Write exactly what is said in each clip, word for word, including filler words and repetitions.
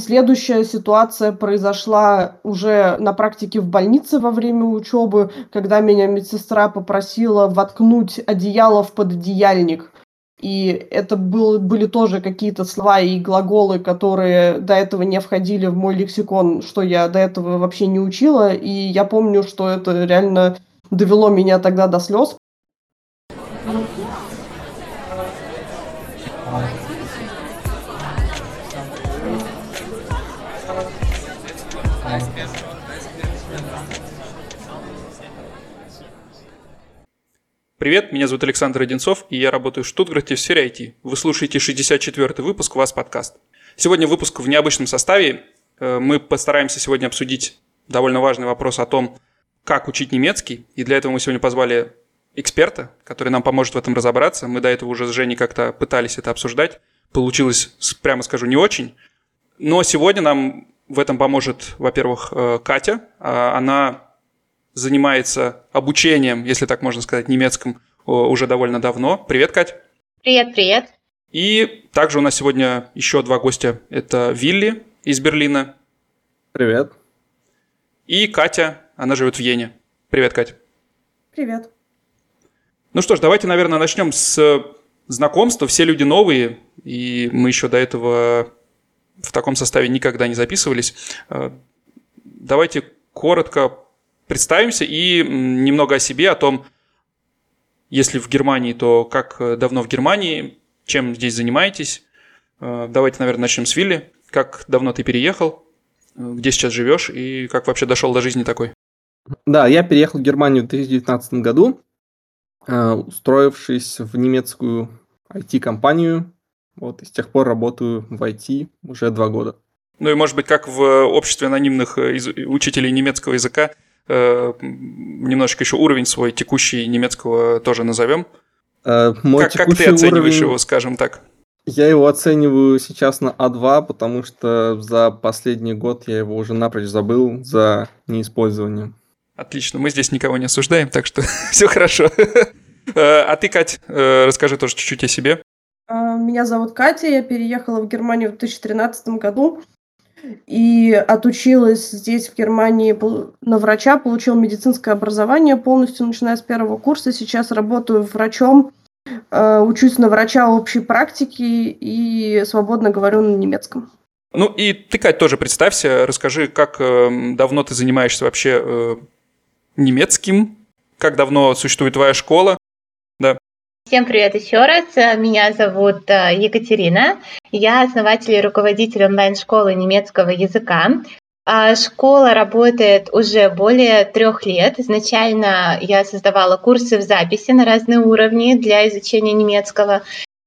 следующая ситуация произошла уже на практике в больнице во время учебы, когда меня медсестра попросила воткнуть одеяло в пододеяльник. И это был, были тоже какие-то слова и глаголы, которые до этого не входили в мой лексикон, что я до этого вообще не учила. И я помню, что это реально довело меня тогда до слез. Привет, меня зовут Александр Одинцов, и я работаю в Штутгарте в сфере ай ти. Вы слушаете шестьдесят четвёртый выпуск «ВАЗ Подкаст». Сегодня выпуск в необычном составе. Мы постараемся сегодня обсудить довольно важный вопрос о том, как учить немецкий. И для этого мы сегодня позвали эксперта, который нам поможет в этом разобраться. Мы до этого уже с Женей как-то пытались это обсуждать. Получилось, прямо скажу, не очень. Но сегодня нам в этом поможет, во-первых, Катя. Она занимается обучением, если так можно сказать, немецким уже довольно давно. Привет, Кать. Привет, привет. И также у нас сегодня еще два гостя. Это Вилли из Берлина. Привет. И Катя, она живет в Йене. Привет, Кать. Привет. Ну что ж, давайте, наверное, начнем с знакомства. Все люди новые, и мы еще до этого в таком составе никогда не записывались. Давайте коротко представимся и немного о себе, о том, если в Германии, то как давно в Германии, чем здесь занимаетесь. Давайте, наверное, начнем с Вилли. Как давно ты переехал, где сейчас живешь и как вообще дошел до жизни такой? Да, я переехал в Германию в две тысячи девятнадцатом году, устроившись в немецкую ай ти-компанию. Вот, и с тех пор работаю в ай ти уже два года. Ну и, может быть, как в обществе анонимных учителей немецкого языка, немножечко еще уровень свой текущий немецкого тоже назовем. Э, мой как, как ты оцениваешь уровень, его, скажем так? Я его оцениваю сейчас на а два, потому что за последний год я его уже напрочь забыл за неиспользование. Отлично, мы здесь никого не осуждаем, так что все хорошо. А ты, Кать, расскажи тоже чуть-чуть о себе. Меня зовут Катя, я переехала в Германию в две тысячи тринадцатом году. И отучилась здесь, в Германии, на врача, получила медицинское образование полностью, начиная с первого курса. Сейчас работаю врачом, учусь на врача общей практики и свободно говорю на немецком. Ну и ты, Кать, тоже представься, расскажи, как давно ты занимаешься вообще немецким, как давно существует твоя школа, да. Всем привет еще раз. Меня зовут Екатерина. Я основатель и руководитель онлайн-школы немецкого языка. Школа работает уже более трех лет. Изначально я создавала курсы в записи на разные уровни для изучения немецкого.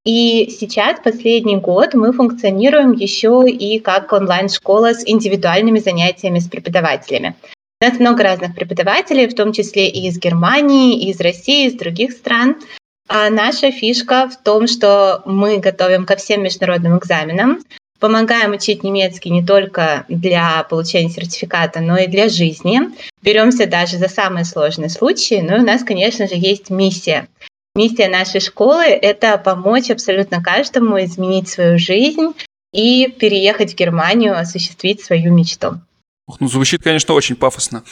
И сейчас, последний год, мы функционируем еще и как онлайн-школа с индивидуальными занятиями с преподавателями. У нас много разных преподавателей, в том числе и из Германии, и из России, и из других стран. А наша фишка в том, что мы готовим ко всем международным экзаменам, помогаем учить немецкий не только для получения сертификата, но и для жизни. Беремся даже за самые сложные случаи. Ну и у нас, конечно же, есть миссия. Миссия нашей школы – это помочь абсолютно каждому изменить свою жизнь и переехать в Германию, осуществить свою мечту. Ну, звучит, конечно, очень пафосно.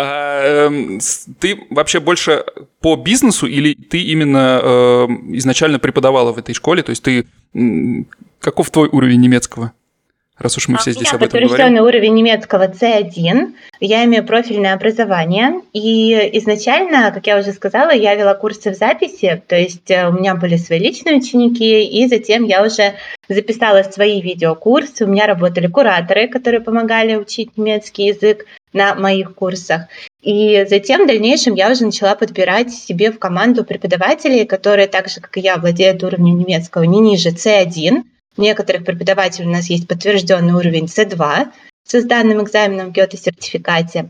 А, э, ты вообще больше по бизнесу или ты именно э, изначально преподавала в этой школе? То есть ты э, каков твой уровень немецкого? Раз уж мы все здесь об этом говорим. Подтвержденный уровень немецкого си один. Я имею профильное образование. И изначально, как я уже сказала, я вела курсы в записи. То есть у меня были свои личные ученики. И затем я уже записала свои видеокурсы. У меня работали кураторы, которые помогали учить немецкий язык на моих курсах. И затем в дальнейшем я уже начала подбирать себе в команду преподавателей, которые так же, как и я, владеют уровнем немецкого не ниже си один. У некоторых преподавателей у нас есть подтвержденный уровень си два с сданным экзаменом в Гёте-сертификате,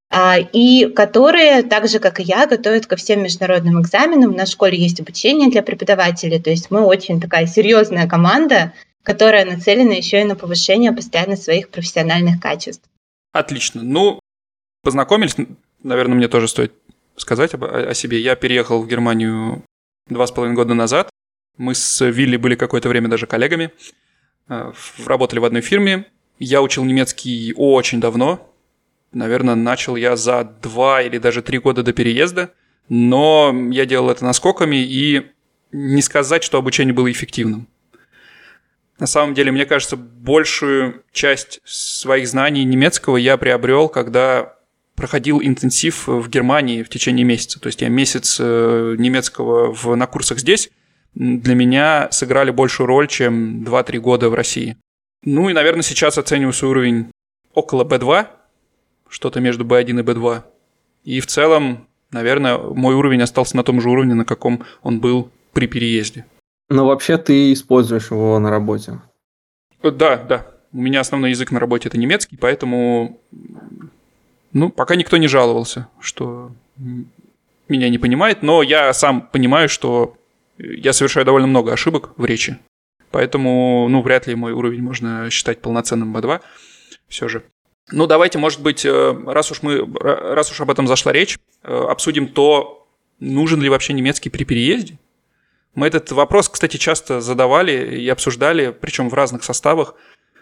и которые, так же, как и я, готовят ко всем международным экзаменам. У нас в школе есть обучение для преподавателей, то есть мы очень такая серьезная команда, которая нацелена еще и на повышение постоянно своих профессиональных качеств. Отлично. Ну, познакомились, наверное, мне тоже стоит сказать об, о себе. Я переехал в Германию два с половиной года назад. Мы с Вилли были какое-то время даже коллегами, работали в одной фирме. Я учил немецкий очень давно. Наверное, начал я за два или даже три года до переезда. Но я делал это наскоками, и не сказать, что обучение было эффективным. На самом деле, мне кажется, большую часть своих знаний немецкого я приобрел, когда проходил интенсив в Германии в течение месяца. То есть я месяц немецкого в, на курсах здесь для меня сыграли большую роль, чем два-три года в России. Ну и, наверное, сейчас оцениваю свой уровень около би два, что-то между би один и би два. И в целом, наверное, мой уровень остался на том же уровне, на каком он был при переезде. Но вообще ты используешь его на работе? Да, да. У меня основной язык на работе – это немецкий, поэтому ну, пока никто не жаловался, что меня не понимает, но я сам понимаю, что я совершаю довольно много ошибок в речи, поэтому ну, вряд ли мой уровень можно считать полноценным би два все же. Ну, давайте, может быть, раз уж, мы, раз уж об этом зашла речь, обсудим то, нужен ли вообще немецкий при переезде. Мы этот вопрос, кстати, часто задавали и обсуждали, причем в разных составах.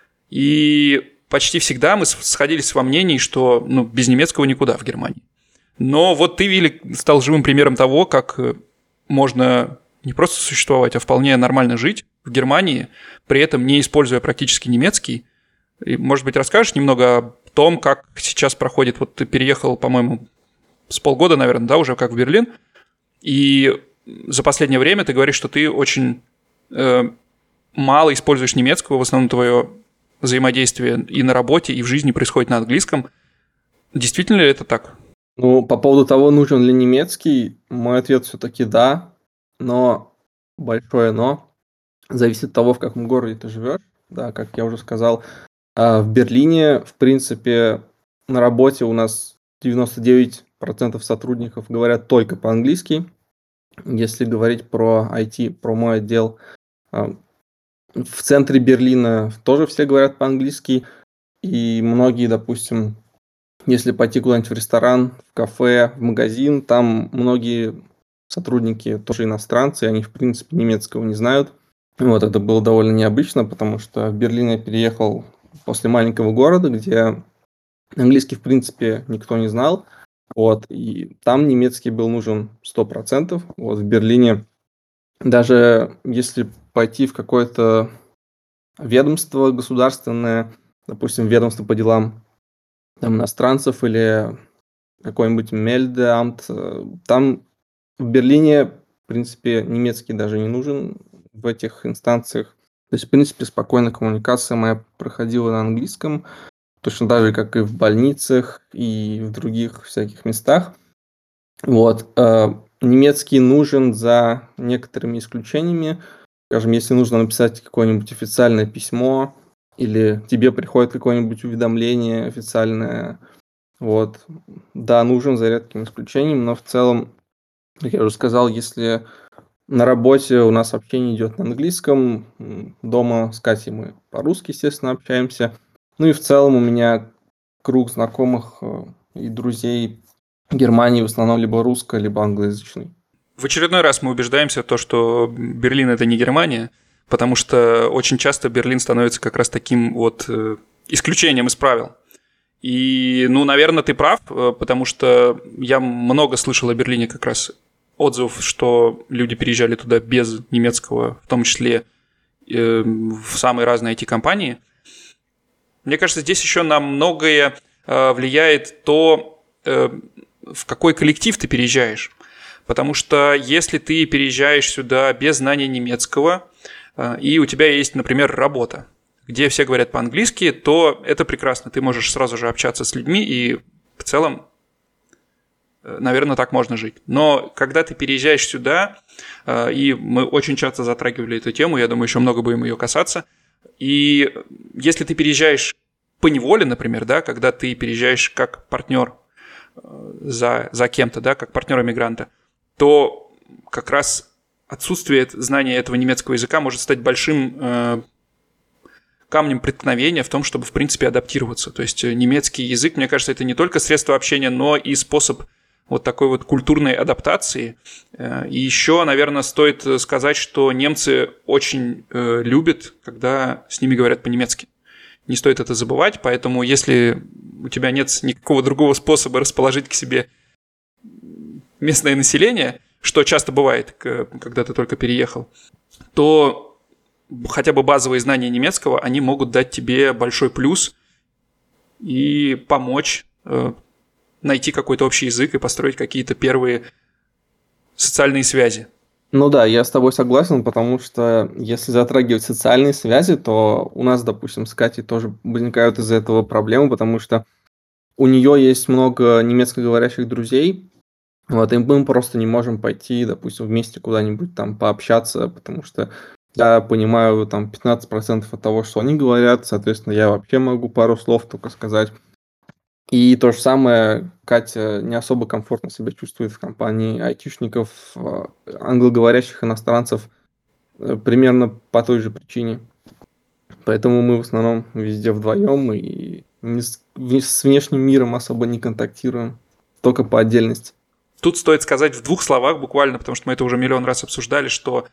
И почти всегда мы сходились во мнении, что ну, без немецкого никуда в Германии. Но вот ты, Вилли, стал живым примером того, как можно не просто существовать, а вполне нормально жить в Германии, при этом не используя практически немецкий. И, может быть, расскажешь немного о том, как сейчас проходит... Вот ты переехал, по-моему, с полгода, наверное, да, уже как в Берлин, и за последнее время ты говоришь, что ты очень э, мало используешь немецкого, в основном твое взаимодействие и на работе, и в жизни происходит на английском. Действительно ли это так? Ну, по поводу того, нужен ли немецкий, мой ответ все-таки да, но большое но. Зависит от того, в каком городе ты живешь. Да, как я уже сказал, в Берлине, в принципе, на работе у нас девяносто девять процентов сотрудников говорят только по-английски. Если говорить про ай ти, про мой отдел, в центре Берлина тоже все говорят по-английски, и многие, допустим, если пойти куда-нибудь в ресторан, в кафе, в магазин, там многие сотрудники тоже иностранцы, и они, в принципе, немецкого не знают. Вот, это было довольно необычно, потому что в Берлин я переехал после маленького города, где английский, в принципе, никто не знал. Вот, и там немецкий был нужен сто процентов. Вот в Берлине, даже если пойти в какое-то ведомство государственное, допустим, ведомство по делам там, иностранцев или какой-нибудь мельдеамт, там в Берлине, в принципе, немецкий даже не нужен в этих инстанциях. То есть, в принципе, спокойно коммуникация моя проходила на английском, точно так же, как и в больницах, и в других всяких местах. Вот. Немецкий нужен за некоторыми исключениями. Скажем, если нужно написать какое-нибудь официальное письмо, или тебе приходит какое-нибудь уведомление официальное, вот. Да, нужен за редким исключением, но в целом, как я уже сказал, если на работе у нас общение идет на английском, дома с Катей мы по-русски, естественно, общаемся. Ну и в целом у меня круг знакомых и друзей в Германии в основном либо русско, либо англоязычный. В очередной раз мы убеждаемся в том, что Берлин – это не Германия, потому что очень часто Берлин становится как раз таким вот исключением из правил. И, ну, наверное, ты прав, потому что я много слышал о Берлине как раз отзывов, что люди переезжали туда без немецкого, в том числе в самые разные ай ти-компании. Мне кажется, здесь еще на многое влияет то, в какой коллектив ты переезжаешь. Потому что если ты переезжаешь сюда без знания немецкого, и у тебя есть, например, работа, где все говорят по-английски, то это прекрасно. Ты можешь сразу же общаться с людьми, и в целом, наверное, так можно жить. Но когда ты переезжаешь сюда, и мы очень часто затрагивали эту тему, я думаю, еще много будем ее касаться, и если ты переезжаешь по неволе, например, да, когда ты переезжаешь как партнер за, за кем-то, да, как партнер-эмигранта, то как раз отсутствие знания этого немецкого языка может стать большим э, камнем преткновения в том, чтобы, в принципе, адаптироваться. То есть немецкий язык, мне кажется, это не только средство общения, но и способ вот такой вот культурной адаптации. И еще, наверное, стоит сказать, что немцы очень э, любят, когда с ними говорят по-немецки. не стоит это забывать, поэтому если у тебя нет никакого другого способа расположить к себе местное население, что часто бывает, когда ты только переехал, то хотя бы базовые знания немецкого, они могут дать тебе большой плюс и помочь э, найти какой-то общий язык и построить какие-то первые социальные связи. Ну да, я с тобой согласен, потому что если затрагивать социальные связи, то у нас, допустим, с Катей тоже возникают из-за этого проблемы, потому что у нее есть много немецкоговорящих друзей, вот, и мы просто не можем пойти, допустим, вместе куда-нибудь там пообщаться, потому что я понимаю там пятнадцать процентов от того, что они говорят, соответственно, я вообще могу пару слов только сказать. И то же самое, Катя не особо комфортно себя чувствует в компании айтишников, э, англоговорящих иностранцев, э, примерно по той же причине. Поэтому мы в основном везде вдвоем и не с, в- с внешним миром особо не контактируем, только по отдельности. Тут стоит сказать в двух словах буквально, потому что мы это уже миллион раз обсуждали, что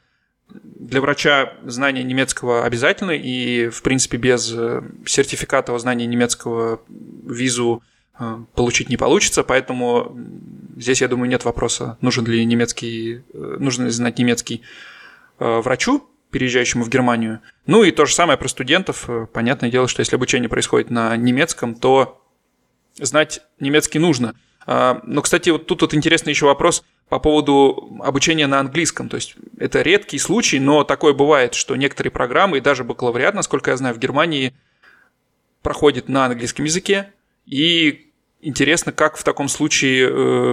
для врача знание немецкого обязательно, и, в принципе, без э, сертификата о знании немецкого визу э, получить не получится, поэтому здесь, я думаю, нет вопроса, нужен ли немецкий, э, нужно ли знать немецкий э, врачу, переезжающему в Германию. Ну и то же самое про студентов. Э, Понятное дело, что если обучение происходит на немецком, то знать немецкий нужно. А, Но, кстати, вот тут вот интересный еще вопрос по поводу обучения на английском. То есть это редкий случай, но такое бывает, что некоторые программы, и даже бакалавриат, насколько я знаю, в Германии проходит на английском языке. И интересно, как в таком случае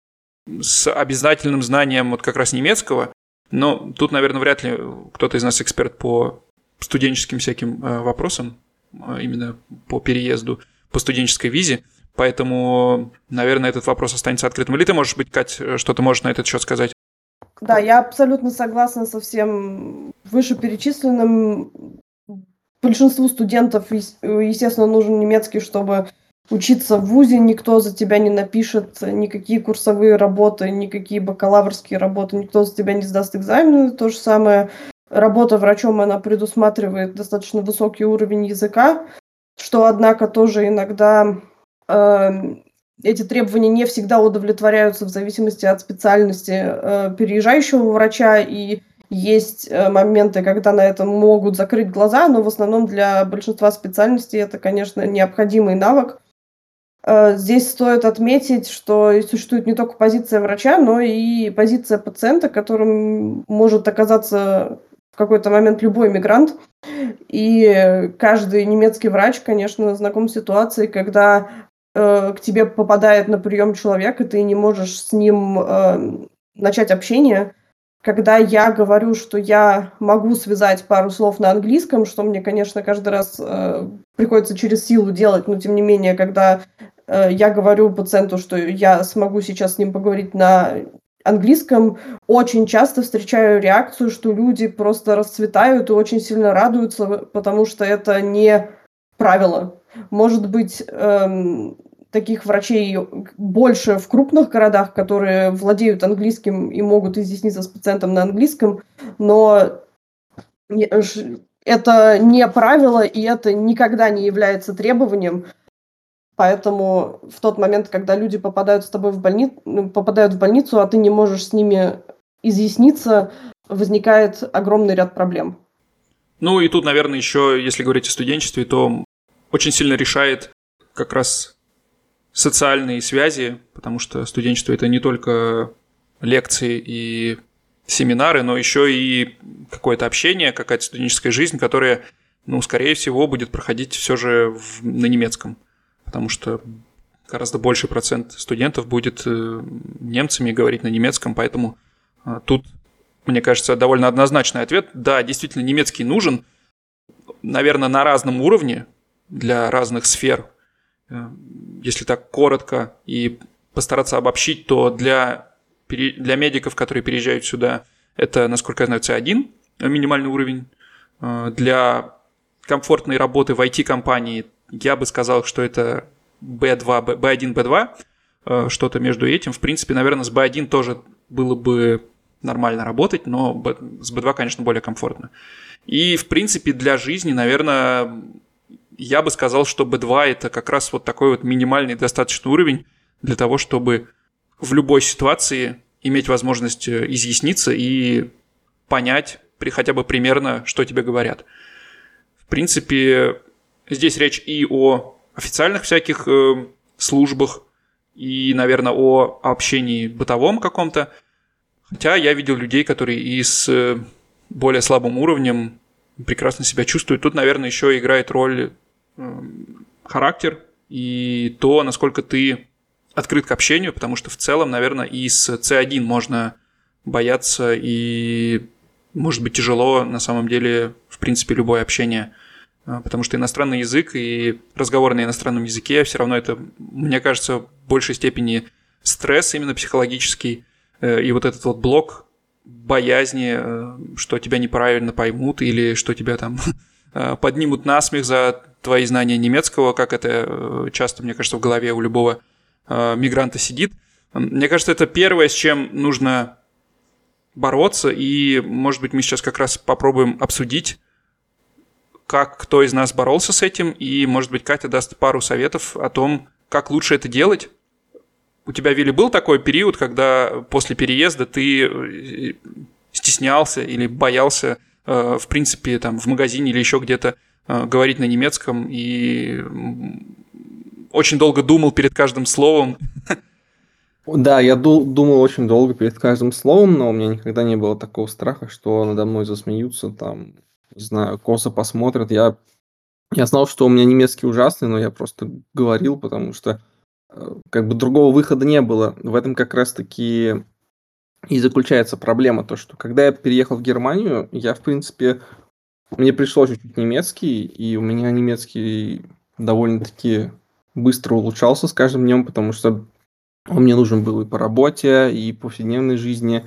э, с обязательным знанием вот как раз немецкого. Но тут, наверное, вряд ли кто-то из нас эксперт по студенческим всяким э, вопросам, э, именно по переезду, по студенческой визе. Поэтому, наверное, этот вопрос останется открытым. Или ты, может быть, Кать, что-то можешь на этот счет сказать? Да, я абсолютно согласна со всем вышеперечисленным. Большинству студентов, ес- естественно, нужен немецкий, чтобы учиться в вузе. Никто за тебя не напишет никакие курсовые работы, никакие бакалаврские работы, никто за тебя не сдаст экзамены. То же самое, работа врачом, она предусматривает достаточно высокий уровень языка, что, однако, тоже иногда э, эти требования не всегда удовлетворяются в зависимости от специальности э, переезжающего врача, и есть э, моменты, когда на это могут закрыть глаза, но в основном для большинства специальностей это, конечно, необходимый навык. Э, Здесь стоит отметить, что существует не только позиция врача, но и позиция пациента, которым может оказаться в какой-то момент любой мигрант. И каждый немецкий врач, конечно, знаком с ситуацией, когда э, к тебе попадает на прием человек, и ты не можешь с ним э, начать общение. Когда я говорю, что я могу связать пару слов на английском, что мне, конечно, каждый раз э, приходится через силу делать, но тем не менее, когда э, я говорю пациенту, что я смогу сейчас с ним поговорить на английском, очень часто встречаю реакцию, что люди просто расцветают и очень сильно радуются, потому что это не правило. Может быть, эм, таких врачей больше в крупных городах, которые владеют английским и могут изъясниться с пациентом на английском, но не- ж- это не правило, и это никогда не является требованием. Поэтому в тот момент, когда люди попадают с тобой в больницу, попадают в больницу, а ты не можешь с ними изъясниться, возникает огромный ряд проблем. Ну и тут, наверное, еще, если говорить о студенчестве, то очень сильно решает как раз социальные связи, потому что студенчество – это не только лекции и семинары, но еще и какое-то общение, какая-то студенческая жизнь, которая, ну, скорее всего, будет проходить все же в- на немецком, потому что гораздо больший процент студентов будет э, немцами говорить на немецком, поэтому э, тут, мне кажется, довольно однозначный ответ. Да, действительно, немецкий нужен, наверное, на разном уровне для разных сфер. Э, Если так коротко и постараться обобщить, то для, пере- для медиков, которые переезжают сюда, это, насколько я знаю, си один, минимальный уровень. Э, Для комфортной работы в ай ти-компании я бы сказал, что это би два, би один, би два, э, что-то между этим. В принципе, наверное, с би один тоже было бы нормально работать, но B- с би два, конечно, более комфортно. И, в принципе, для жизни, наверное, Я бы сказал, что би два – это как раз вот такой вот минимальный достаточный уровень для того, чтобы в любой ситуации иметь возможность изъясниться и понять при, хотя бы примерно, что тебе говорят. В принципе, здесь речь и о официальных всяких э, службах, и, наверное, о общении бытовом каком-то. Хотя я видел людей, которые и с более слабым уровнем прекрасно себя чувствуют. Тут, наверное, еще играет роль э, характер и то, насколько ты открыт к общению, потому что в целом, наверное, и с си один можно бояться, и может быть тяжело на самом деле, в принципе, любое общение, потому что иностранный язык и разговор на иностранном языке все равно это, мне кажется, в большей степени стресс именно психологический, и вот этот вот блок боязни, что тебя неправильно поймут или что тебя там поднимут насмех за твои знания немецкого, как это часто, мне кажется, в голове у любого мигранта сидит. Мне кажется, это первое, с чем нужно бороться, и, может быть, мы сейчас как раз попробуем обсудить, как кто из нас боролся с этим, и, может быть, Катя даст пару советов о том, как лучше это делать. У тебя, Вилли, был такой период, когда после переезда ты стеснялся или боялся, в принципе, там, в магазине или еще где-то говорить на немецком и очень долго думал перед каждым словом? Да, я ду- думал очень долго перед каждым словом, но у меня никогда не было такого страха, что надо мной засмеются, там, не знаю, косо посмотрят. Я, я знал, что у меня немецкий ужасный, но я просто говорил, потому что э, как бы другого выхода не было. В этом как раз-таки и заключается проблема, то, что когда я переехал в Германию, я, в принципе, мне пришлось учить немецкий, и у меня немецкий довольно-таки быстро улучшался с каждым днем, потому что он мне нужен был и по работе, и по повседневной жизни.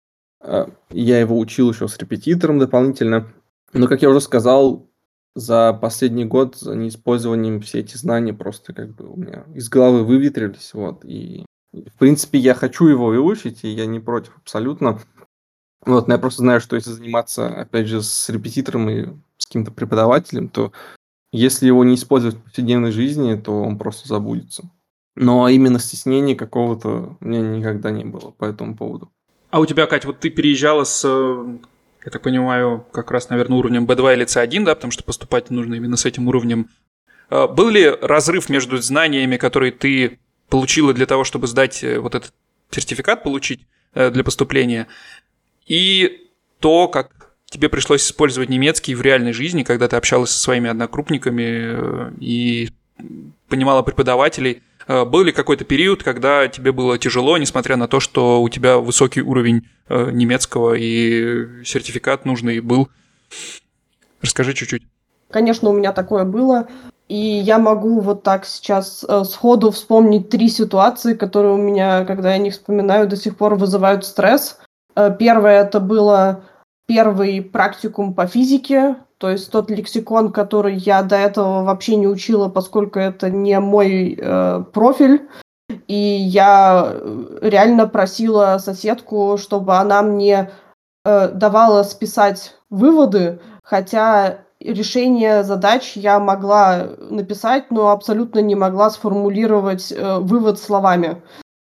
Я его учил еще с репетитором дополнительно. Но, как я уже сказал, за последний год, за неиспользованием все эти знания просто как бы у меня из головы выветрились. Вот. И, в принципе, я хочу его выучить, и я не против абсолютно. Вот, но я просто знаю, что если заниматься, опять же, с репетитором и с каким-то преподавателем, то если его не использовать в повседневной жизни, то он просто забудется. Но именно стеснения какого-то у меня никогда не было по этому поводу. А у тебя, Кать, вот ты переезжала с, я так понимаю, как раз, наверное, уровнем би два или си один, да, потому что поступать нужно именно с этим уровнем. Был ли разрыв между знаниями, которые ты получила для того, чтобы сдать вот этот сертификат, получить для поступления, и то, как тебе пришлось использовать немецкий в реальной жизни, когда ты общалась со своими одногруппниками и понимала преподавателей? Был ли какой-то период, когда тебе было тяжело, несмотря на то, что у тебя высокий уровень немецкого и сертификат нужный был? Расскажи чуть-чуть. Конечно, у меня такое было. И я могу вот так сейчас э, сходу вспомнить три ситуации, которые у меня, когда я о них вспоминаю, до сих пор вызывают стресс. Э, первое, это было первый практикум по физике, то есть тот лексикон, который я до этого вообще не учила, поскольку это не мой э, профиль. И я реально просила соседку, чтобы она мне э, давала списать выводы, хотя решение задач я могла написать, но абсолютно не могла сформулировать э, вывод словами.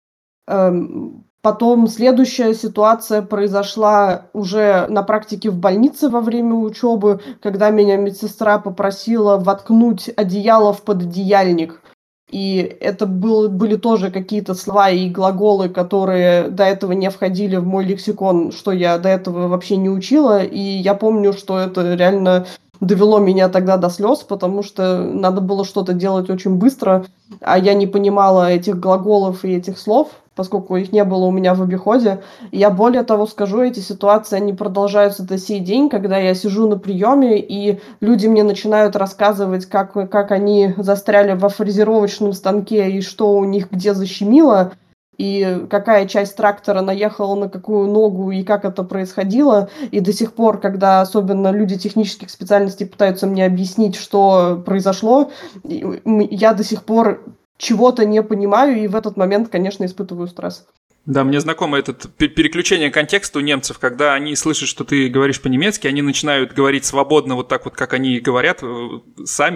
Эм, Потом следующая ситуация произошла уже на практике в больнице во время учебы, когда меня медсестра попросила воткнуть одеяло в пододеяльник. И это был, были тоже какие-то слова и глаголы, которые до этого не входили в мой лексикон, что я до этого вообще не учила. И я помню, что это реально довело меня тогда до слез, потому что надо было что-то делать очень быстро, а я не понимала этих глаголов и этих слов, поскольку их не было у меня в обиходе. И я более того скажу, эти ситуации, они продолжаются до сей день, когда я сижу на приеме, и люди мне начинают рассказывать, как, как они застряли во фрезеровочном станке, и что у них где защемило, и какая часть трактора наехала на какую ногу, и как это происходило. И до сих пор, когда особенно люди технических специальностей пытаются мне объяснить, что произошло, я до сих пор чего-то не понимаю, и в этот момент, конечно, испытываю стресс. Да, мне знакомо это переключение контекста у немцев, когда они слышат, что ты говоришь по-немецки, они начинают говорить свободно, вот так вот, как они говорят сами,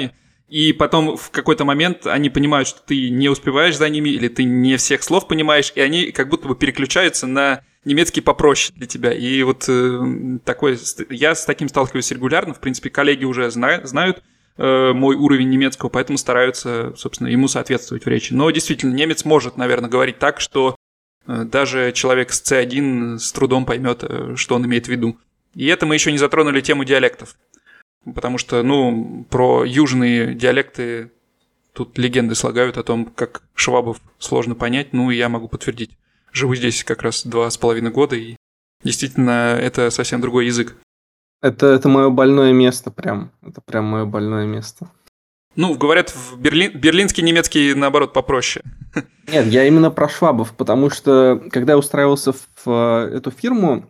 и потом в какой-то момент они понимают, что ты не успеваешь за ними, или ты не всех слов понимаешь, и они как будто бы переключаются на немецкий попроще для тебя. И вот э, такой, я с таким сталкиваюсь регулярно, в принципе, коллеги уже зна- знают э, мой уровень немецкого, поэтому стараются, собственно, ему соответствовать в речи. Но действительно, немец может, наверное, говорить так, что э, даже человек с си один с трудом поймет, э, что он имеет в виду. И это мы еще не затронули тему диалектов. Потому что, ну, про южные диалекты тут легенды слагают о том, как швабов сложно понять. Ну, и я могу подтвердить. Живу здесь как раз два с половиной года, и действительно, это совсем другой язык. Это, это мое больное место прям. Это прям мое больное место. Ну, говорят, в Берлин, берлинский немецкий, наоборот, попроще. Нет, я именно про швабов, потому что, когда я устраивался в эту фирму,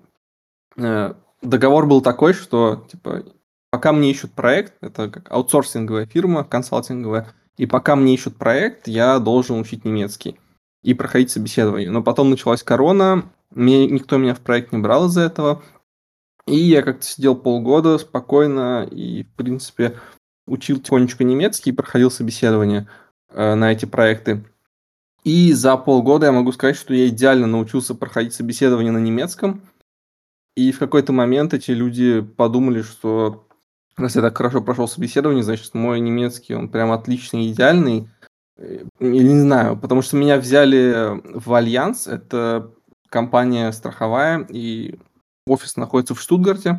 договор был такой, что, типа, пока мне ищут проект, это как аутсорсинговая фирма, консалтинговая, и пока мне ищут проект, я должен учить немецкий и проходить собеседование. Но потом началась корона, мне, никто меня в проект не брал из-за этого, и я как-то сидел полгода спокойно и, в принципе, учил тихонечко немецкий и проходил собеседование э, на эти проекты. И за полгода я могу сказать, что я идеально научился проходить собеседование на немецком, и в какой-то момент эти люди подумали, что раз я так хорошо прошел собеседование, значит, мой немецкий, он прям отличный, идеальный. Я не знаю, потому что меня взяли в Альянс, это компания страховая, и офис находится в Штутгарте.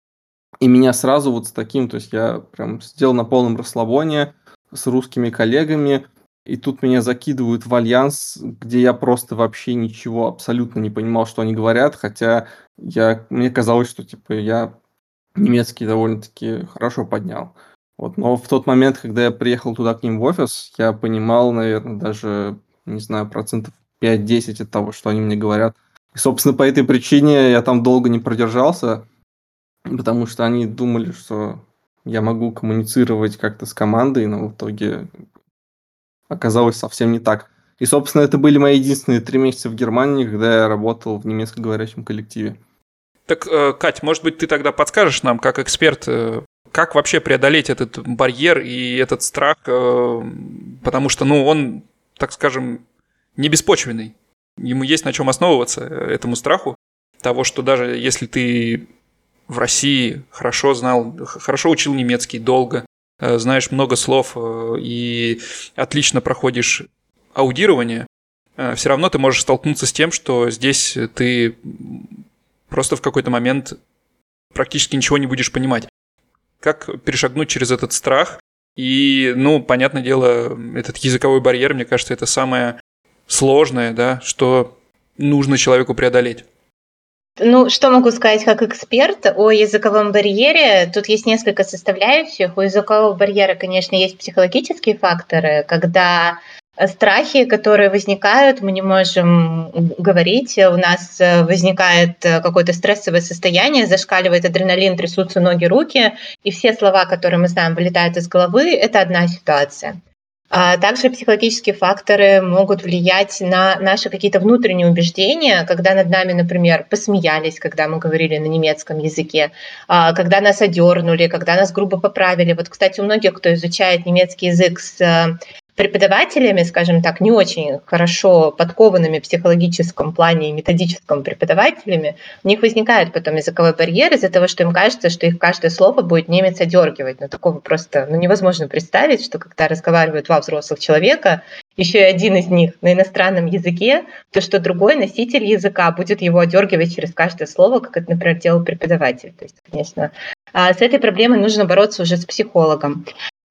И меня сразу вот с таким, то есть я прям сидел на полном расслабоне с русскими коллегами, и тут меня закидывают в Альянс, где я просто вообще ничего абсолютно не понимал, что они говорят, хотя я, мне казалось, что типа я немецкий довольно-таки хорошо поднял. Вот. Но в тот момент, когда я приехал туда к ним в офис, я понимал, наверное, даже, не знаю, процентов пять-десять от того, что они мне говорят. И, собственно, по этой причине я там долго не продержался, потому что они думали, что я могу коммуницировать как-то с командой, но в итоге оказалось совсем не так. И, собственно, это были мои единственные три месяца в Германии, когда я работал в немецкоговорящем коллективе. Так, Кать, может быть, ты тогда подскажешь нам, как эксперт, как вообще преодолеть этот барьер и этот страх, потому что, ну, он, так скажем, не беспочвенный. Ему есть на чем основываться, этому страху, того, что даже если ты в России хорошо знал, хорошо учил немецкий долго, знаешь много слов и отлично проходишь аудирование, все равно ты можешь столкнуться с тем, что здесь ты просто в какой-то момент практически ничего не будешь понимать. Как перешагнуть через этот страх? И, ну, понятное дело, этот языковой барьер, мне кажется, это самое сложное, да, что нужно человеку преодолеть. Ну, что могу сказать как эксперт о языковом барьере? Тут есть несколько составляющих. У языкового барьера, конечно, есть психологические факторы, когда страхи, которые возникают, мы не можем говорить, у нас возникает какое-то стрессовое состояние, зашкаливает адреналин, трясутся ноги, руки, и все слова, которые мы знаем, вылетают из головы, это одна ситуация. А также психологические факторы могут влиять на наши какие-то внутренние убеждения, когда над нами, например, посмеялись, когда мы говорили на немецком языке, когда нас одернули, когда нас грубо поправили. Вот, кстати, у многих, кто изучает немецкий язык с преподавателями, скажем так, не очень хорошо подкованными в психологическом плане и методическом преподавателями, у них возникает потом языковой барьер из-за того, что им кажется, что их каждое слово будет немец одергивать. Но такого просто ну, невозможно представить, что когда разговаривают два взрослых человека, еще и один из них на иностранном языке, то что другой носитель языка будет его одергивать через каждое слово, как это, например, делал преподаватель. То есть, конечно, с этой проблемой нужно бороться уже с психологом.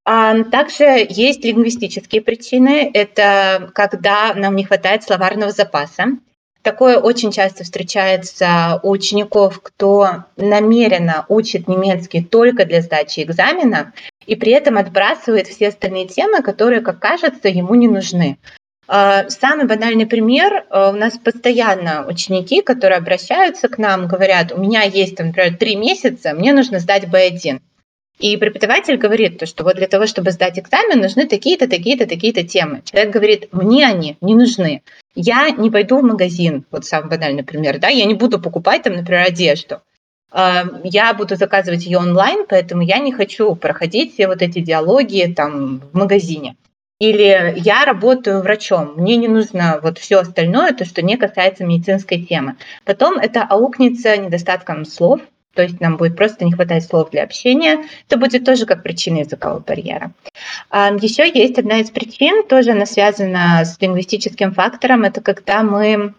Также есть лингвистические причины. Это когда нам не хватает словарного запаса. Такое очень часто встречается у учеников, кто намеренно учит немецкий только для сдачи экзамена и при этом отбрасывает все остальные темы, которые, как кажется, ему не нужны. Самый банальный пример. У нас постоянно ученики, которые обращаются к нам, говорят, у меня есть, например, три месяца, мне нужно сдать бэ один. И преподаватель говорит, что вот для того, чтобы сдать экзамен, нужны такие-то, такие-то, такие-то темы. Человек говорит, мне они не нужны. Я не пойду в магазин, вот самый банальный пример, да, я не буду покупать там, например, одежду. я буду заказывать ее онлайн, поэтому я не хочу проходить все вот эти диалоги там в магазине. Или я работаю врачом, мне не нужно вот все остальное, то, что не касается медицинской темы. Потом это аукнется недостатком слов, то есть нам будет просто не хватать слов для общения. Это будет тоже как причина языкового барьера. Еще есть одна из причин, тоже она связана с лингвистическим фактором, это когда мы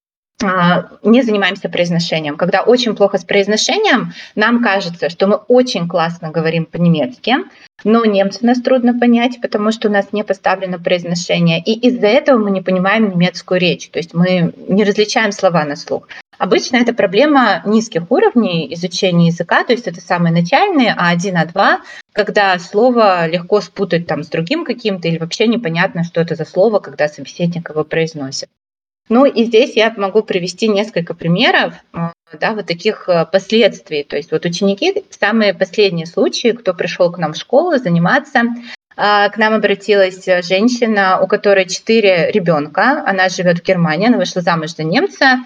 не занимаемся произношением. Когда очень плохо с произношением, нам кажется, что мы очень классно говорим по-немецки, но немцу нас трудно понять, потому что у нас не поставлено произношение, и из-за этого мы не понимаем немецкую речь, то есть мы не различаем слова на слух. Обычно это проблема низких уровней изучения языка, то есть это самые начальные, а один, а два, когда слово легко спутать там с другим каким-то или вообще непонятно, что это за слово, когда собеседник его произносит. Ну и здесь я могу привести несколько примеров, да, вот таких последствий. То есть вот ученики, самые последние случаи, кто пришел к нам в школу заниматься, к нам обратилась женщина, у которой четыре ребенка, она живет в Германии, она вышла замуж за немца,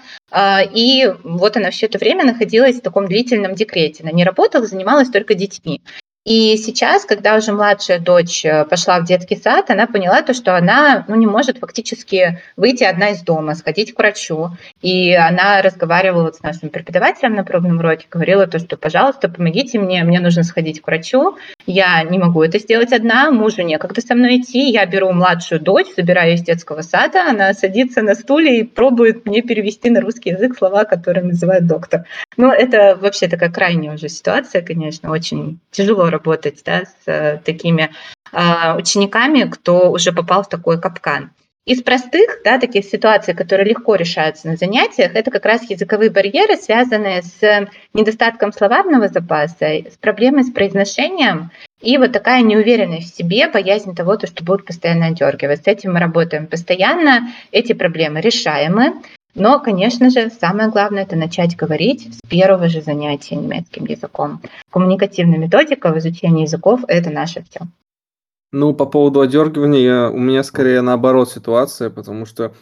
и вот она все это время находилась в таком длительном декрете. Она не работала, занималась только детьми. И сейчас, когда уже младшая дочь пошла в детский сад, она поняла то, что она ну, не может фактически выйти одна из дома, сходить к врачу. И она разговаривала вот с нашим преподавателем на пробном уроке, говорила то, что, пожалуйста, помогите мне, мне нужно сходить к врачу. Я не могу это сделать одна, мужу некогда со мной идти. Я беру младшую дочь, забираю из детского сада, она садится на стуле и пробует мне перевести на русский язык слова, которые называет доктор. Но это вообще такая крайняя уже ситуация, конечно, очень тяжело работать да, с э, такими э, учениками, кто уже попал в такой капкан. Из простых да, таких ситуаций, которые легко решаются на занятиях, это как раз языковые барьеры, связанные с недостатком словарного запаса, с проблемой с произношением и вот такая неуверенность в себе, боязнь того, что будут постоянно отдергивать. С этим мы работаем постоянно, эти проблемы решаемы. Но, конечно же, самое главное – это начать говорить с первого же занятия немецким языком. Коммуникативная методика в изучении языков – это наше все. Ну, по поводу одергивания, у меня скорее наоборот ситуация, потому что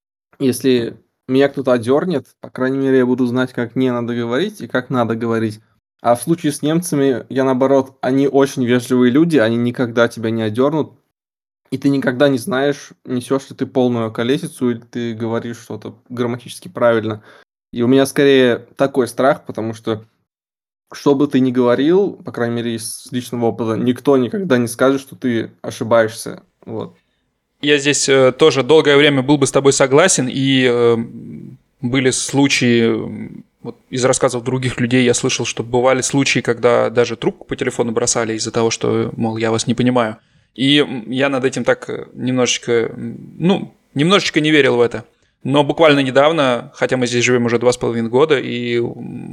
если меня кто-то одернет, по крайней мере, я буду знать, как не надо говорить и как надо говорить. А в случае с немцами, я наоборот, они очень вежливые люди, они никогда тебя не одернут, и ты никогда не знаешь, несешь ли ты полную колесицу или ты говоришь что-то грамматически правильно. И у меня скорее такой страх, потому что что бы ты ни говорил, по крайней мере, из личного опыта, никто никогда не скажет, что ты ошибаешься. Вот. Я здесь э, тоже долгое время был бы с тобой согласен, и э, были случаи, э, вот из рассказов других людей я слышал, что бывали случаи, когда даже трубку по телефону бросали из-за того, что, мол, я вас не понимаю. И я над этим так немножечко, ну, немножечко не верил в это. Но буквально недавно, хотя мы здесь живем уже два с половиной года, и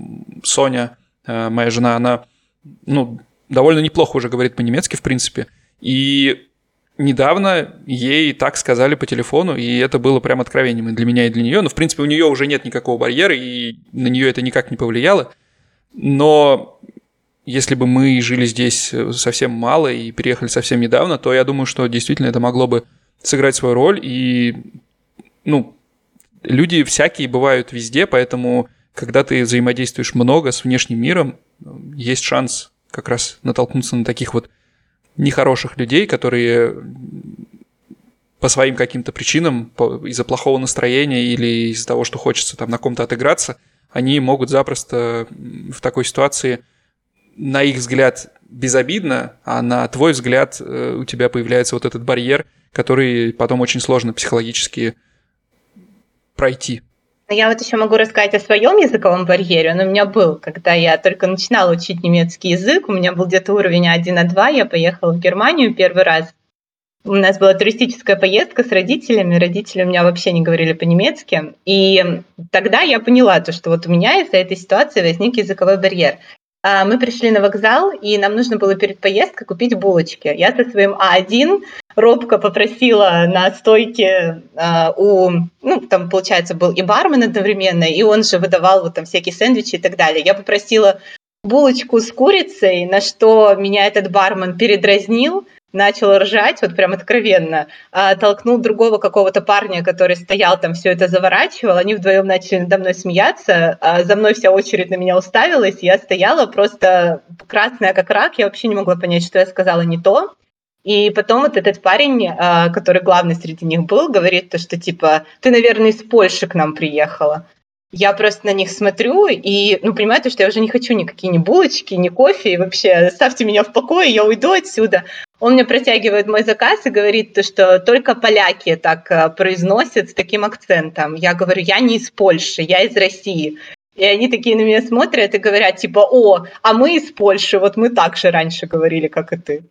Соня, моя жена, она, ну, довольно неплохо уже говорит по-немецки, в принципе. И недавно ей так сказали по телефону, и это было прям откровением и для меня, и для нее. Но, в принципе, у нее уже нет никакого барьера, и на нее это никак не повлияло. Но если бы мы жили здесь совсем мало и переехали совсем недавно, то я думаю, что действительно это могло бы сыграть свою роль. И, ну, люди всякие бывают везде, поэтому, когда ты взаимодействуешь много с внешним миром, есть шанс как раз натолкнуться на таких вот нехороших людей, которые по своим каким-то причинам, из-за плохого настроения или из-за того, что хочется там на ком-то отыграться, они могут запросто в такой ситуации, на их взгляд, безобидно, а на твой взгляд у тебя появляется вот этот барьер, который потом очень сложно психологически пройти. Я вот еще могу рассказать о своем языковом барьере. Он у меня был, когда я только начинала учить немецкий язык. У меня был где-то уровень один а два. Я поехала в Германию первый раз. У нас была туристическая поездка с родителями. Родители у меня вообще не говорили по-немецки. И тогда я поняла, то, что вот у меня из-за этой ситуации возник языковой барьер. Мы пришли на вокзал, и нам нужно было перед поездкой купить булочки. Я со своим а один робко попросила на стойке э, у, ну, там, получается, был и бармен одновременно, и он же выдавал вот там всякие сэндвичи и так далее. Я попросила булочку с курицей, на что меня этот бармен передразнил, начал ржать, вот прям откровенно, а, толкнул другого какого-то парня, который стоял там, все это заворачивал, они вдвоем начали надо мной смеяться, а за мной вся очередь на меня уставилась, я стояла просто красная как рак, я вообще не могла понять, что я сказала не то. И потом вот этот парень, а, который главный среди них был, говорит то, что типа «ты, наверное, из Польши к нам приехала». Я просто на них смотрю и, ну, понимаю, то, что я уже не хочу никакие ни булочки, ни кофе, и вообще оставьте меня в покое, я уйду отсюда. Он мне протягивает мой заказ и говорит то, что только поляки так а, произносят с таким акцентом. Я говорю, я не из Польши, я из России. И они такие на меня смотрят и говорят, типа, о, а мы из Польши, вот мы так же раньше говорили, как и ты.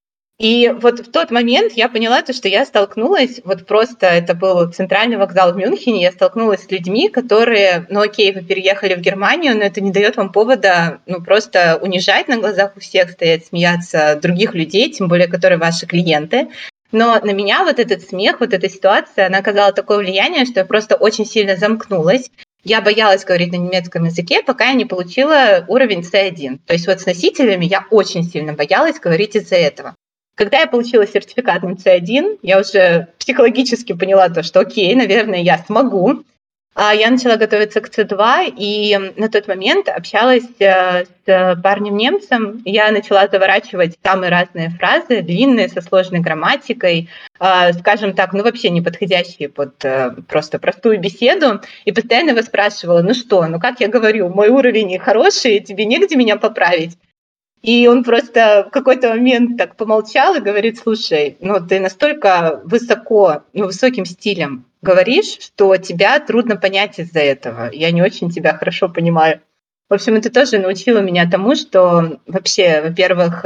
И вот в тот момент я поняла то, что я столкнулась, вот просто это был центральный вокзал в Мюнхене, я столкнулась с людьми, которые, ну окей, вы переехали в Германию, но это не дает вам повода, ну просто унижать на глазах у всех, стоять, смеяться других людей, тем более, которые ваши клиенты. Но на меня вот этот смех, вот эта ситуация, она оказала такое влияние, что я просто очень сильно замкнулась. Я боялась говорить на немецком языке, пока я не получила уровень си один. То есть вот с носителями я очень сильно боялась говорить из-за этого. Когда я получила сертификат на си один, я уже психологически поняла то, что окей, наверное, я смогу. Я начала готовиться к си два, и на тот момент общалась с парнем-немцем. Я начала заворачивать самые разные фразы, длинные, со сложной грамматикой, скажем так, ну вообще не подходящие под просто простую беседу. И постоянно его спрашивала, ну что, ну как я говорю, мой уровень хороший, тебе негде меня поправить? И он просто в какой-то момент так помолчал и говорит, слушай, ну ты настолько высоко, ну, высоким стилем говоришь, что тебя трудно понять из-за этого. Я не очень тебя хорошо понимаю. В общем, это тоже научило меня тому, что вообще, во-первых,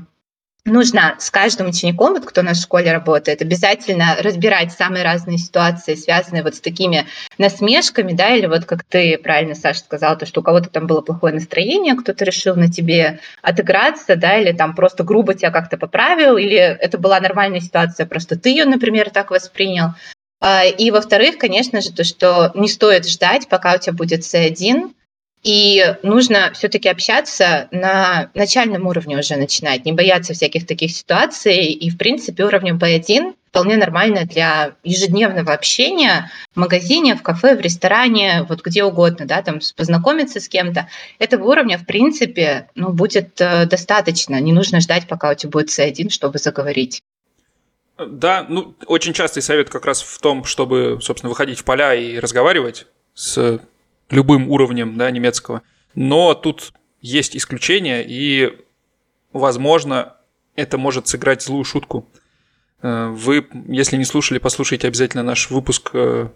нужно с каждым учеником, вот кто у нас в школе работает, обязательно разбирать самые разные ситуации, связанные вот с такими насмешками, да, или вот как ты правильно, Саша, сказала, то, что у кого-то там было плохое настроение, кто-то решил на тебе отыграться, да, или там просто грубо тебя как-то поправил, или это была нормальная ситуация, просто ты ее, например, так воспринял. И, во-вторых, конечно же, то, что не стоит ждать, пока у тебя будет си один, и нужно все-таки общаться на начальном уровне уже начинать, не бояться всяких таких ситуаций. И, в принципе, уровень би один вполне нормально для ежедневного общения в магазине, в кафе, в ресторане, вот где угодно, да, там познакомиться с кем-то. Этого уровня, в принципе, ну, будет э, достаточно. Не нужно ждать, пока у тебя будет си один, чтобы заговорить. Да, ну, очень частый совет как раз в том, чтобы, собственно, выходить в поля и разговаривать с любым уровнем, да, немецкого. Но тут есть исключения, и, возможно, это может сыграть злую шутку. Вы, если не слушали, послушайте обязательно наш выпуск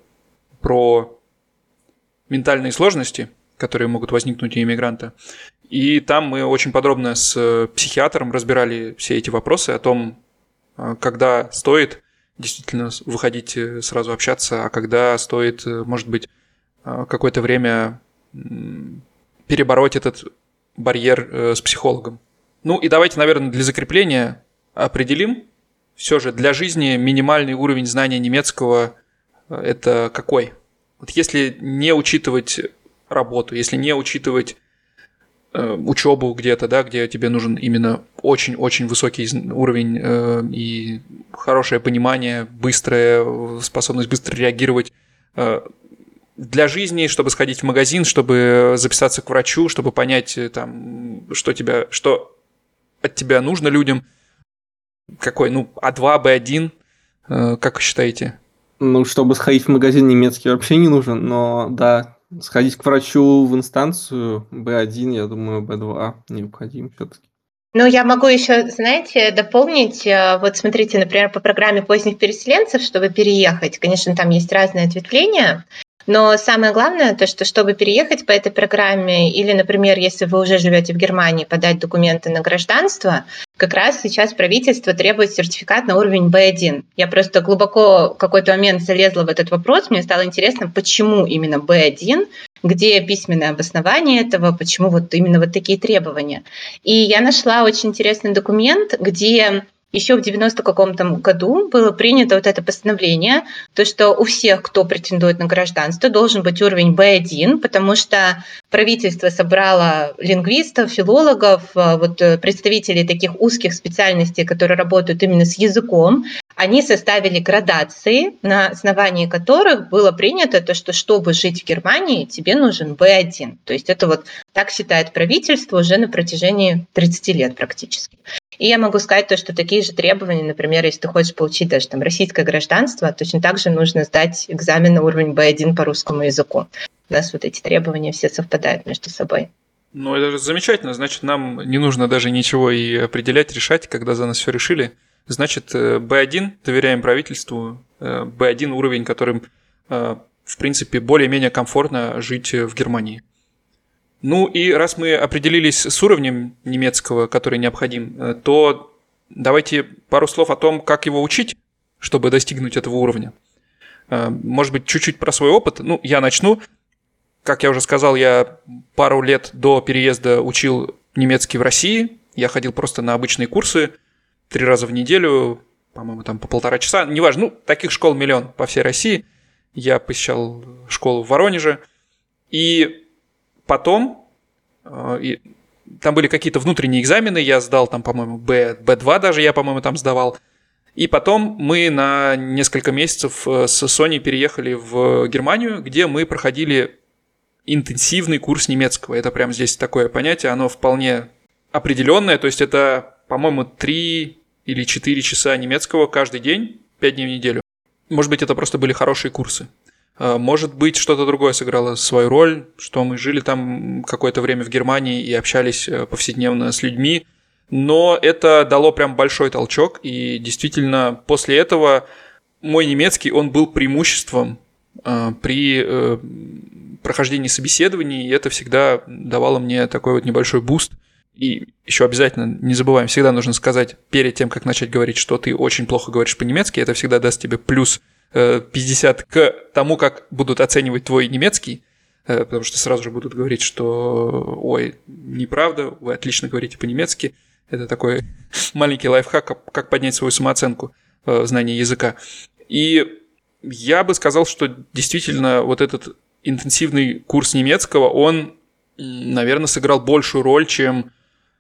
про ментальные сложности, которые могут возникнуть у иммигранта. И там мы очень подробно с психиатром разбирали все эти вопросы о том, когда стоит действительно выходить сразу общаться, а когда стоит, может быть, какое-то время перебороть этот барьер с психологом. Ну и давайте, наверное, для закрепления определим все же для жизни минимальный уровень знания немецкого – это какой? Вот если не учитывать работу, если не учитывать э, учебу где-то, да, где тебе нужен именно очень-очень высокий уровень э, и хорошее понимание, быстрая способность быстро реагировать, э, для жизни, чтобы сходить в магазин, чтобы записаться к врачу, чтобы понять, там, что, тебя, что от тебя нужно людям. Какой? Ну, а два, бэ один, э, как вы считаете? Ну, чтобы сходить в магазин, немецкий вообще не нужен, но да, сходить к врачу в инстанцию бэ один, я думаю, бэ два необходим все-таки. Ну, я могу еще, знаете, дополнить. Вот смотрите, например, по программе поздних переселенцев, чтобы переехать, конечно, там есть разные ответвления, но самое главное, то, что чтобы переехать по этой программе, или, например, если вы уже живете в Германии, подать документы на гражданство, как раз сейчас правительство требует сертификат на уровень бэ один. Я просто глубоко в какой-то момент залезла в этот вопрос, мне стало интересно, почему именно бэ один, где письменное обоснование этого, почему вот именно вот такие требования. И я нашла очень интересный документ, где еще в девяносто каком-то году было принято вот это постановление, то, что у всех, кто претендует на гражданство, должен быть уровень бэ один, потому что правительство собрало лингвистов, филологов, вот представителей таких узких специальностей, которые работают именно с языком. Они составили градации, на основании которых было принято то, что чтобы жить в Германии, тебе нужен бэ один. То есть это вот так считает правительство уже на протяжении тридцати лет практически. И я могу сказать то, что такие же требования, например, если ты хочешь получить даже там российское гражданство, точно так же нужно сдать экзамен на уровень бэ один по русскому языку. У нас вот эти требования все совпадают между собой. Ну, это же замечательно. Значит, нам не нужно даже ничего и определять, решать, когда за нас все решили. Значит, бэ один доверяем правительству, бэ один уровень, которым, в принципе, более-менее комфортно жить в Германии. Ну и раз мы определились с уровнем немецкого, который необходим, то давайте пару слов о том, как его учить, чтобы достигнуть этого уровня. Может быть, чуть-чуть про свой опыт. Ну, я начну. Как я уже сказал, я пару лет до переезда учил немецкий в России. Я ходил просто на обычные курсы три раза в неделю, по-моему, там по полтора часа. Неважно, ну, таких школ миллион по всей России. Я посещал школу в Воронеже. И потом, э, и, там были какие-то внутренние экзамены, я сдал там, по-моему, бэ два даже я, по-моему, там сдавал. И потом мы на несколько месяцев с Соней переехали в Германию, где мы проходили интенсивный курс немецкого. Это прям здесь такое понятие, оно вполне определенное, то есть это, по-моему, три или четыре часа немецкого каждый день, пять дней в неделю. Может быть, это просто были хорошие курсы. Может быть, что-то другое сыграло свою роль, что мы жили там какое-то время в Германии и общались повседневно с людьми, но это дало прям большой толчок, и действительно после этого мой немецкий, он был преимуществом при прохождении собеседований, и это всегда давало мне такой вот небольшой буст. И еще обязательно не забываем, всегда нужно сказать перед тем, как начать говорить, что ты очень плохо говоришь по-немецки, это всегда даст тебе плюс пятьдесят к тому, как будут оценивать твой немецкий, потому что сразу же будут говорить, что ой, неправда, вы отлично говорите по-немецки. Это такой маленький лайфхак, как поднять свою самооценку знания языка. И я бы сказал, что действительно вот этот интенсивный курс немецкого, он, наверное, сыграл большую роль, чем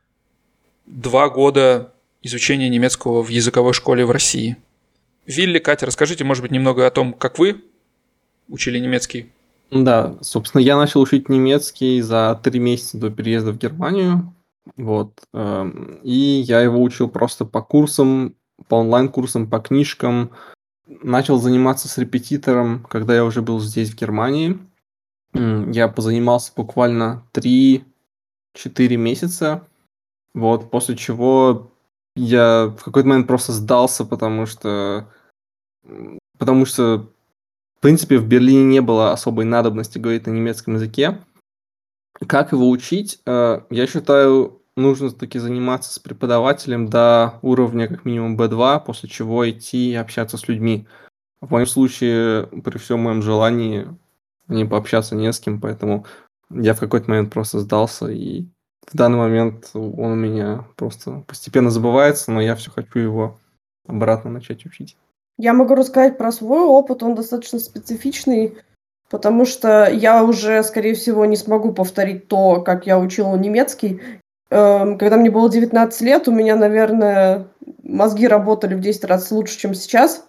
два года изучения немецкого в языковой школе в России. Вилли, Катя, расскажите, может быть, немного о том, как вы учили немецкий. Да, собственно, я начал учить немецкий за три месяца до переезда в Германию. Вот. И я его учил просто по курсам, по онлайн-курсам, по книжкам. Начал заниматься с репетитором, когда я уже был здесь, в Германии. Я позанимался буквально три-четыре месяца. Вот, после чего я в какой-то момент просто сдался, потому что, потому что, в принципе, в Берлине не было особой надобности говорить на немецком языке. Как его учить? Я считаю, нужно таки заниматься с преподавателем до уровня как минимум бэ два, после чего идти и общаться с людьми. В моем случае, при всем моем желании, мне пообщаться не с кем, поэтому я в какой-то момент просто сдался, и в данный момент он у меня просто постепенно забывается, но я все хочу его обратно начать учить. Я могу рассказать про свой опыт, он достаточно специфичный, потому что я уже, скорее всего, не смогу повторить то, как я учила немецкий. Когда мне было девятнадцать лет, у меня, наверное, мозги работали в десять раз лучше, чем сейчас.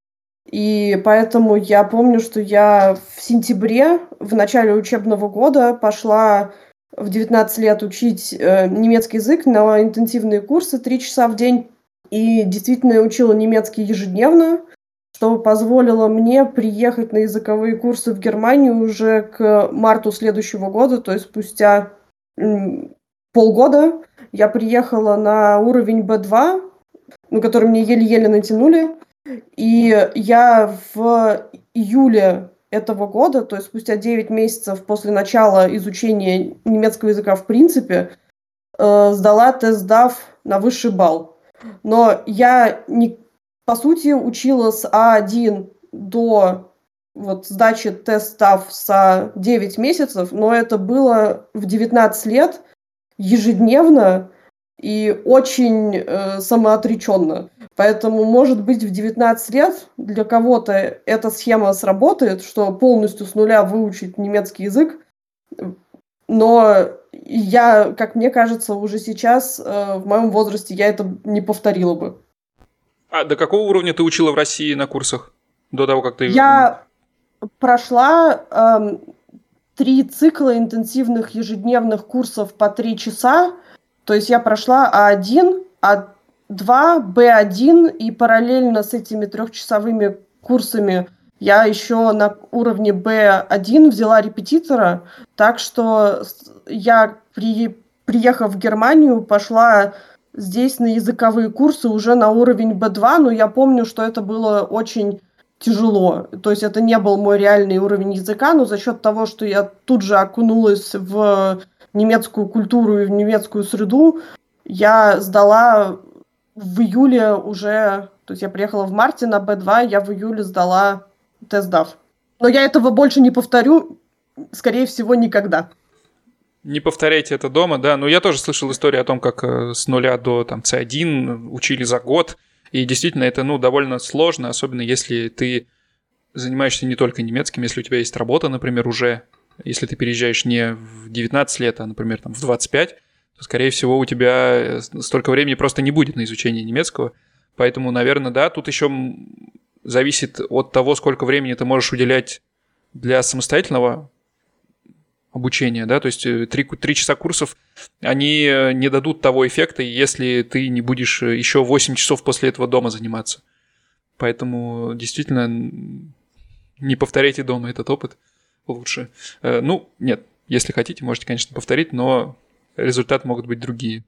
И поэтому я помню, что я в сентябре, в начале учебного года, пошла в девятнадцать лет учить э, немецкий язык на интенсивные курсы три часа в день. И действительно я учила немецкий ежедневно, что позволило мне приехать на языковые курсы в Германию уже к марту следующего года, то есть спустя м, полгода я приехала на уровень бэ два, ну, который мне еле-еле натянули. И я в июле этого года, то есть спустя девять месяцев после начала изучения немецкого языка в принципе, э, сдала тест-дав на высший балл. Но я, не, по сути, учила с а один до вот, сдачи тест-дав за девять месяцев, но это было в девятнадцать лет ежедневно. и очень э, самоотреченно. Поэтому, может быть, в девятнадцать лет для кого-то эта схема сработает, что полностью с нуля выучить немецкий язык, но я, как мне кажется, уже сейчас, э, в моем возрасте, я это не повторила бы. А до какого уровня ты учила в России на курсах? До того, как ты... Я прошла эм, три цикла интенсивных ежедневных курсов по три часа. То есть я прошла А один, А два, Б один, и параллельно с этими трехчасовыми курсами я еще на уровне Б один взяла репетитора. Так что я, при, приехав в Германию, пошла здесь на языковые курсы уже на уровень Б два, но я помню, что это было очень тяжело. То есть это не был мой реальный уровень языка, но за счет того, что я тут же окунулась в немецкую культуру и в немецкую среду, я сдала в июле уже, то есть я приехала в марте на Б два, я в июле сдала тест дав. Но я этого больше не повторю, скорее всего, никогда. Не повторяйте это дома, да. Но я тоже слышал историю о том, как с нуля до там, С один учили за год. И действительно, это ну, довольно сложно, особенно если ты занимаешься не только немецким, если у тебя есть работа, например, уже, если ты переезжаешь не в девятнадцать лет, а, например, там, в двадцать пять, то, скорее всего, у тебя столько времени просто не будет на изучение немецкого. Поэтому, наверное, да, тут еще зависит от того, сколько времени ты можешь уделять для самостоятельного обучения, да, то есть три, три часа курсов, они не дадут того эффекта, если ты не будешь еще восемь часов после этого дома заниматься. Поэтому действительно не повторяйте дома этот опыт лучше. Ну, нет, если хотите, можете, конечно, повторить, но результаты могут быть другие.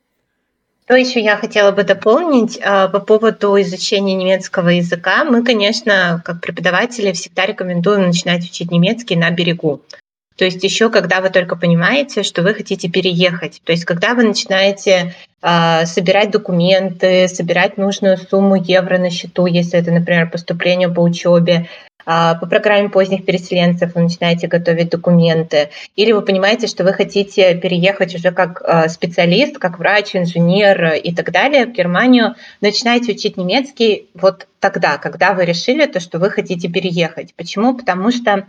Что еще я хотела бы дополнить по поводу изучения немецкого языка. Мы, конечно, как преподаватели всегда рекомендуем начинать учить немецкий на берегу. То есть еще когда вы только понимаете, что вы хотите переехать. То есть когда вы начинаете э, собирать документы, собирать нужную сумму евро на счету, если это, например, поступление по учебе, э, по программе поздних переселенцев вы начинаете готовить документы, или вы понимаете, что вы хотите переехать уже как э, специалист, как врач, инженер и так далее в Германию, начинаете учить немецкий вот тогда, когда вы решили то, что вы хотите переехать. Почему? Потому что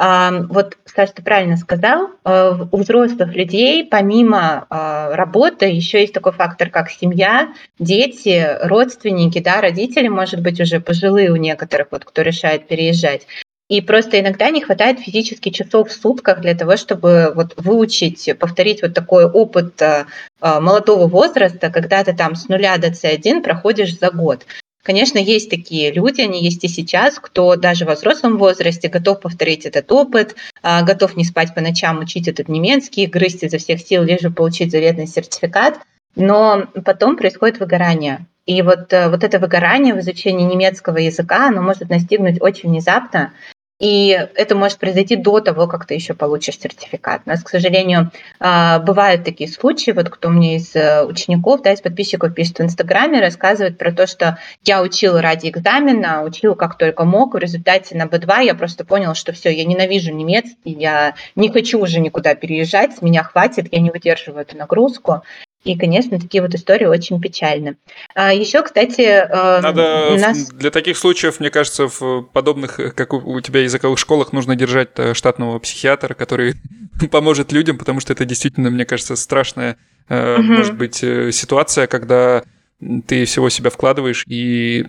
вот, Саша, ты правильно сказал, у взрослых людей помимо работы еще есть такой фактор, как семья, дети, родственники, да, родители, может быть, уже пожилые у некоторых, вот, кто решает переезжать. И просто иногда не хватает физически часов в сутках для того, чтобы вот выучить, повторить вот такой опыт молодого возраста, когда ты там с нуля до С один проходишь за год. Конечно, есть такие люди, они есть и сейчас, кто даже в взрослом возрасте готов повторить этот опыт, готов не спать по ночам, учить этот немецкий, грызть изо всех сил, лишь бы получить заветный сертификат, но потом происходит выгорание. И вот, вот это выгорание в изучении немецкого языка, оно может настигнуть очень внезапно, и это может произойти до того, как ты еще получишь сертификат. У нас, к сожалению, бывают такие случаи, вот кто мне из учеников, да, из подписчиков пишет в Инстаграме, рассказывает про то, что я учила ради экзамена, учила как только мог, в результате на Б два я просто поняла, что все, я ненавижу немецкий, я не хочу уже никуда переезжать, с меня хватит, я не выдерживаю эту нагрузку. И, конечно, такие вот истории очень печальны. А еще, кстати... Надо нас... для таких случаев, мне кажется, в подобных, как у тебя, языковых школах нужно держать штатного психиатра, который поможет людям, потому что это действительно, мне кажется, страшная, uh-huh. может быть, ситуация, когда ты всего себя вкладываешь, и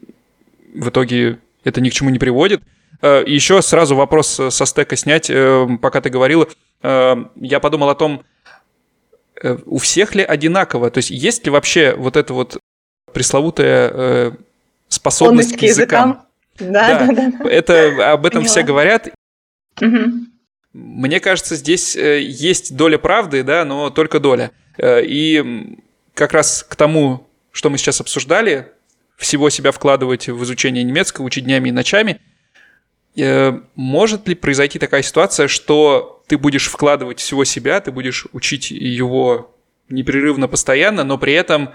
в итоге это ни к чему не приводит. Еще сразу вопрос со стека снять, пока ты говорила. Я подумал о том, у всех ли одинаково? То есть есть ли вообще вот эта вот пресловутая э, способность к языкам? Да, да, да, да. Это, об этом Поняла. Все говорят. Угу. Мне кажется, здесь есть доля правды, да, но только доля. И как раз к тому, что мы сейчас обсуждали, всего себя вкладывать в изучение немецкого, учить днями и ночами, может ли произойти такая ситуация, что ты будешь вкладывать всего себя, ты будешь учить его непрерывно, постоянно, но при этом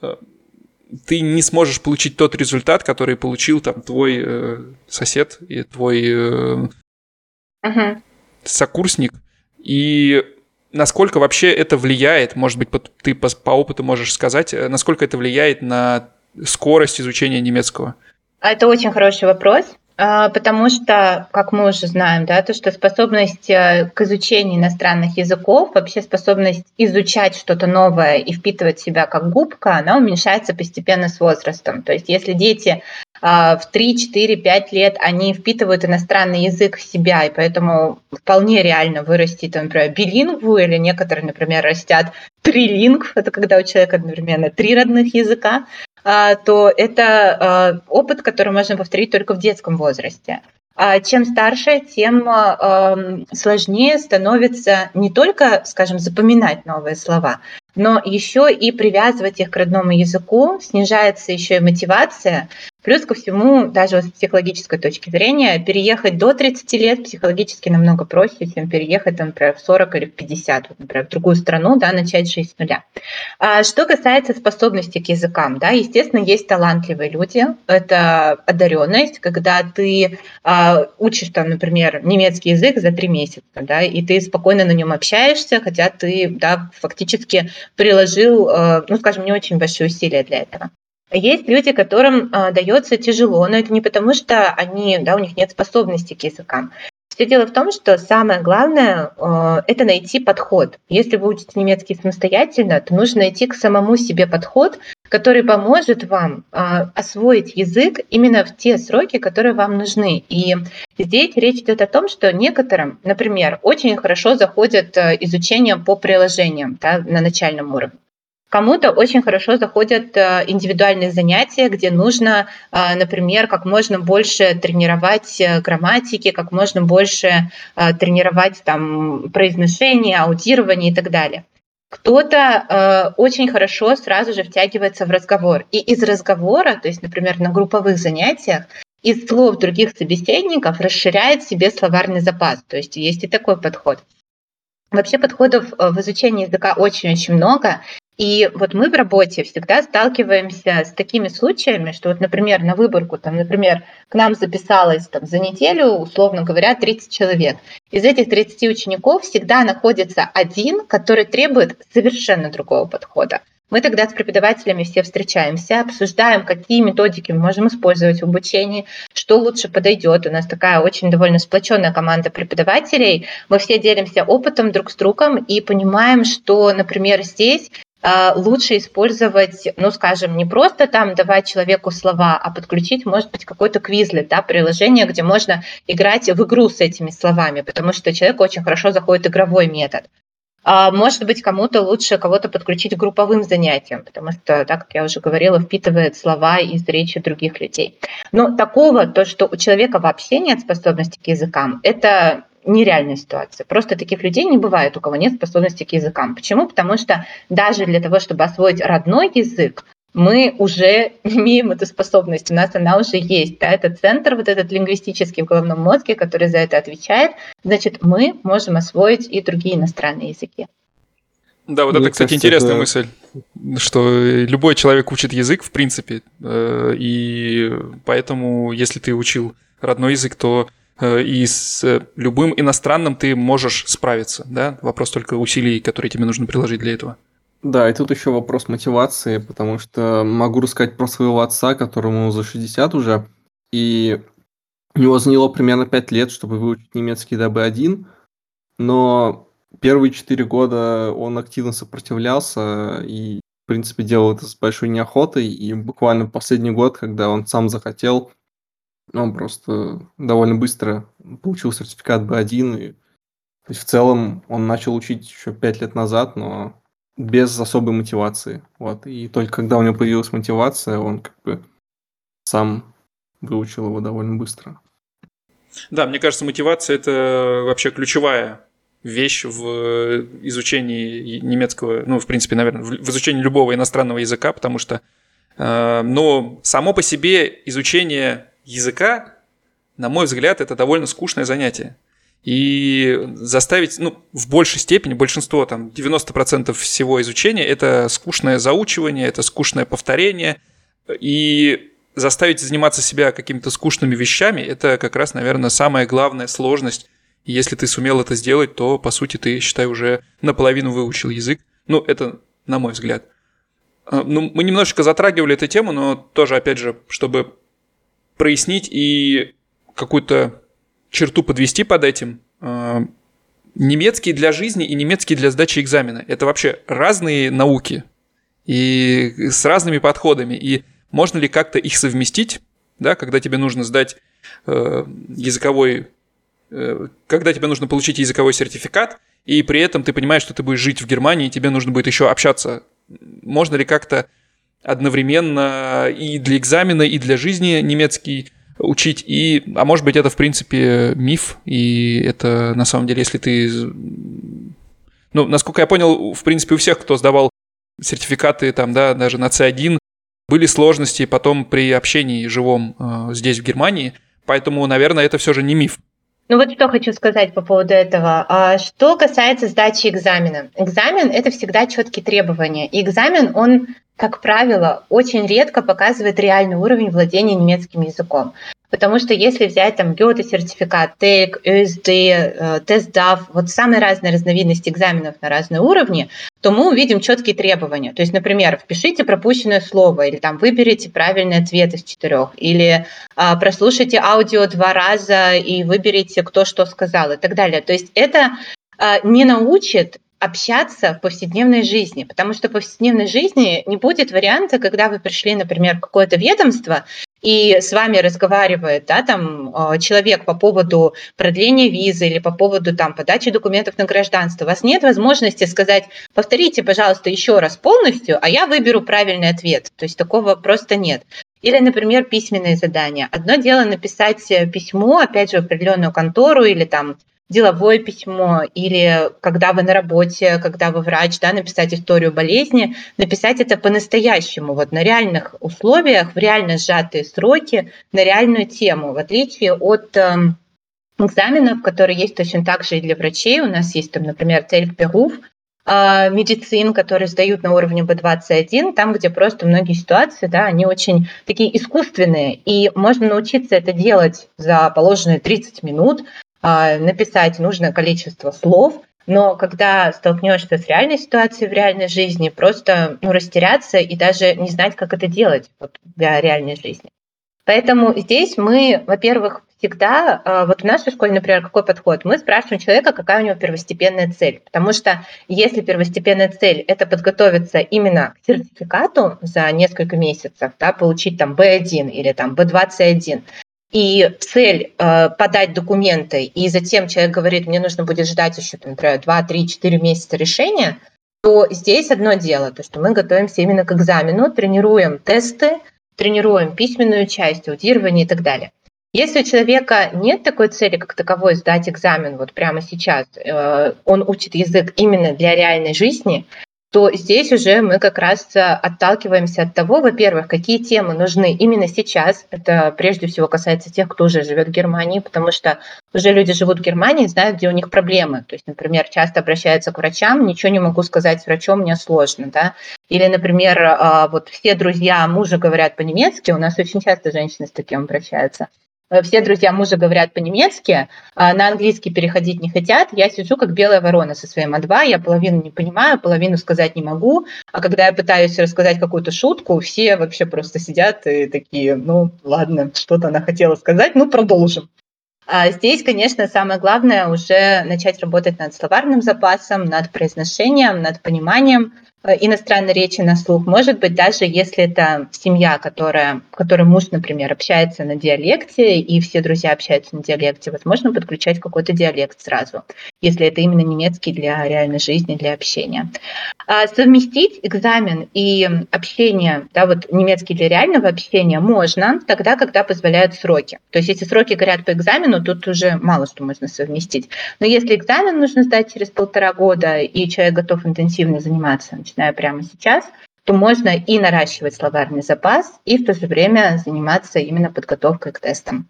ты не сможешь получить тот результат, который получил там твой э, сосед и твой э, uh-huh. сокурсник. И насколько вообще это влияет, может быть, ты по, по опыту можешь сказать, насколько это влияет на скорость изучения немецкого? Это очень хороший вопрос, потому что, как мы уже знаем, да, то, что способность к изучению иностранных языков, вообще способность изучать что-то новое и впитывать в себя как губка, она уменьшается постепенно с возрастом. То есть если дети в три, четыре, пять лет они впитывают иностранный язык в себя, и поэтому вполне реально вырасти, там, например, билингву, или некоторые, например, растят трилингв, это когда у человека одновременно три родных языка, то это опыт, который можно повторить только в детском возрасте. Чем старше, тем сложнее становится не только, скажем, запоминать новые слова, но еще и привязывать их к родному языку, снижается еще и мотивация. Плюс ко всему, даже с психологической точки зрения, переехать до тридцати лет психологически намного проще, чем переехать, например, в сорок или в пятьдесят, например, в другую страну, да, начать жизнь с нуля. А что касается способности к языкам, да, естественно, есть талантливые люди, это одаренность, когда ты а, учишь, там, например, немецкий язык за три месяца, да, и ты спокойно на нем общаешься, хотя ты, да, фактически приложил, ну, скажем, не очень большие усилия для этого. Есть люди, которым э, дается тяжело, но это не потому, что они, да, у них нет способности к языкам. Все дело в том, что самое главное э, – это найти подход. Если вы учите немецкий самостоятельно, то нужно найти к самому себе подход, который поможет вам э, освоить язык именно в те сроки, которые вам нужны. И здесь речь идет о том, что некоторым, например, очень хорошо заходит э, изучение по приложениям, да, на начальном уровне. Кому-то очень хорошо заходят индивидуальные занятия, где нужно, например, как можно больше тренировать грамматики, как можно больше тренировать там, произношение, аудирование и так далее. Кто-то очень хорошо сразу же втягивается в разговор. И из разговора, то есть, например, на групповых занятиях, из слов других собеседников расширяет себе словарный запас. То есть есть и такой подход. Вообще подходов в изучении языка очень-очень много. И вот мы в работе всегда сталкиваемся с такими случаями, что вот, например, на выборку, там, например, к нам записалось там, за неделю, условно говоря, тридцать человек. Из этих тридцати учеников всегда находится один, который требует совершенно другого подхода. Мы тогда с преподавателями все встречаемся, обсуждаем, какие методики мы можем использовать в обучении, что лучше подойдет. У нас такая очень довольно сплоченная команда преподавателей. Мы все делимся опытом друг с другом и понимаем, что, например, здесь лучше использовать, ну, скажем, не просто там давать человеку слова, а подключить, может быть, какой-то квизлет, да, приложение, где можно играть в игру с этими словами, потому что человеку очень хорошо заходит игровой метод. А может быть, кому-то лучше кого-то подключить к групповым занятиям, потому что, да, как я уже говорила, впитывает слова из речи других людей. Но такого, то, что у человека вообще нет способности к языкам, это нереальная ситуация. Просто таких людей не бывает, у кого нет способности к языкам. Почему? Потому что даже для того, чтобы освоить родной язык, мы уже имеем эту способность, у нас она уже есть. Да? Это центр, вот этот лингвистический в головном мозге, который за это отвечает. Значит, мы можем освоить и другие иностранные языки. Да, вот Мне это, кстати, кажется, интересная это... мысль, что любой человек учит язык, в принципе, и поэтому, если ты учил родной язык, то и с любым иностранным ты можешь справиться, да? Вопрос только усилий, которые тебе нужно приложить для этого. Да, и тут еще вопрос мотивации, потому что могу рассказать про своего отца, которому за шестьдесят уже, и у него заняло примерно пять лет, чтобы выучить немецкий до би один, но первые четыре года он активно сопротивлялся и, в принципе, делал это с большой неохотой, и буквально последний год, когда он сам захотел, он просто довольно быстро получил сертификат би один, и, то есть в целом он начал учить еще пять лет назад, но без особой мотивации. Вот. И только когда у него появилась мотивация, он как бы сам выучил его довольно быстро. Да, мне кажется, мотивация – это вообще ключевая вещь в изучении немецкого, ну, в принципе, наверное, в изучении любого иностранного языка, потому что, э, ну, само по себе изучение языка, на мой взгляд, это довольно скучное занятие. И заставить, ну, в большей степени, большинство, там, девяносто процентов всего изучения – это скучное заучивание, это скучное повторение. И заставить заниматься себя какими-то скучными вещами – это как раз, наверное, самая главная сложность И если ты сумел это сделать, то, по сути, ты, считай, уже наполовину выучил язык. Ну, это на мой взгляд. Ну, мы немножечко затрагивали эту тему, но тоже, опять же, чтобы прояснить и какую-то черту подвести под этим. Немецкий для жизни и немецкий для сдачи экзамена – это вообще разные науки и с разными подходами. И можно ли как-то их совместить, да, когда тебе нужно сдать э, языковой, э, когда тебе нужно получить языковой сертификат, и при этом ты понимаешь, что ты будешь жить в Германии, и тебе нужно будет еще общаться. Можно ли как-то одновременно и для экзамена, и для жизни немецкий учить, и, а может быть, это, в принципе, миф, и это, на самом деле, если ты... Ну, насколько я понял, в принципе, у всех, кто сдавал сертификаты, там, да, даже на си один, были сложности потом при общении живом э, здесь, в Германии, поэтому, наверное, это все же не миф. Ну вот что хочу сказать по поводу этого. А что касается сдачи экзамена. Экзамен – это всегда четкие требования, и экзамен, он, как правило, очень редко показывает реальный уровень владения немецким языком. Потому что если взять там Гёте-сертификат, ТЭК, ОСД, ТЕСТ-ДАФ, вот самые разные разновидности экзаменов на разные уровни, то мы увидим четкие требования. То есть, например, впишите пропущенное слово, или там выберите правильный ответ из четырех, или а, прослушайте аудио два раза и выберите, кто что сказал, и так далее. То есть это а, не научит общаться в повседневной жизни, потому что в повседневной жизни не будет варианта, когда вы пришли, например, в какое-то ведомство, и с вами разговаривает, да, там, человек по поводу продления визы или по поводу там, подачи документов на гражданство. У вас нет возможности сказать: повторите, пожалуйста, еще раз полностью, а я выберу правильный ответ. То есть такого просто нет. Или, например, письменные задания. Одно дело написать письмо, опять же, в определенную контору или там деловое письмо, или когда вы на работе, когда вы врач, да, написать историю болезни, написать это по-настоящему, вот на реальных условиях, в реально сжатые сроки, на реальную тему, в отличие от э, экзаменов, которые есть точно так же и для врачей. У нас есть там, например, Цельфберуф, э, медицин, которые сдают на уровне бэ двадцать один, там, где просто многие ситуации, да, они очень такие искусственные, и можно научиться это делать за положенные тридцать минут, написать нужное количество слов, но когда столкнешься с реальной ситуацией в реальной жизни, просто ну, растеряться и даже не знать, как это делать вот, для реальной жизни. Поэтому здесь мы, во-первых, всегда, вот в нашей школе, например, какой подход? Мы спрашиваем человека, какая у него первостепенная цель. Потому что если первостепенная цель – это подготовиться именно к сертификату за несколько месяцев, да, получить там бэ один или там бэ двадцать один, и цель э, подать документы, и затем человек говорит: мне нужно будет ждать еще, например, два, три, четыре месяца решения, то здесь одно дело, то, что мы готовимся именно к экзамену, тренируем тесты, тренируем письменную часть, аудирование и так далее. Если у человека нет такой цели, как таковой, сдать экзамен вот прямо сейчас, э, он учит язык именно для реальной жизни, то здесь уже мы как раз отталкиваемся от того, во-первых, какие темы нужны именно сейчас. Это прежде всего касается тех, кто уже живет в Германии, потому что уже люди живут в Германии, знают, где у них проблемы. То есть, например, часто обращаются к врачам: ничего не могу сказать с врачом, мне сложно. Да? Или, например, вот все друзья мужа говорят по-немецки, у нас очень часто женщины с таким обращаются. Все друзья мужа говорят по-немецки, на английский переходить не хотят. Я сижу как белая ворона со своим а два, я половину не понимаю, половину сказать не могу. А когда я пытаюсь рассказать какую-то шутку, все вообще просто сидят и такие: ну ладно, что-то она хотела сказать, ну продолжим. А здесь, конечно, самое главное уже начать работать над словарным запасом, над произношением, над пониманием иностранной речи на слух. Может быть, даже если это семья, которая, в которой муж, например, общается на диалекте, и все друзья общаются на диалекте, возможно, подключать какой-то диалект сразу, если это именно немецкий для реальной жизни, для общения. А совместить экзамен и общение, да, вот немецкий для реального общения можно тогда, когда позволяют сроки. То есть если сроки горят по экзамену, тут уже мало что можно совместить. Но если экзамен нужно сдать через полтора года, и человек готов интенсивно заниматься, начиная прямо сейчас, то можно и наращивать словарный запас, и в то же время заниматься именно подготовкой к тестам.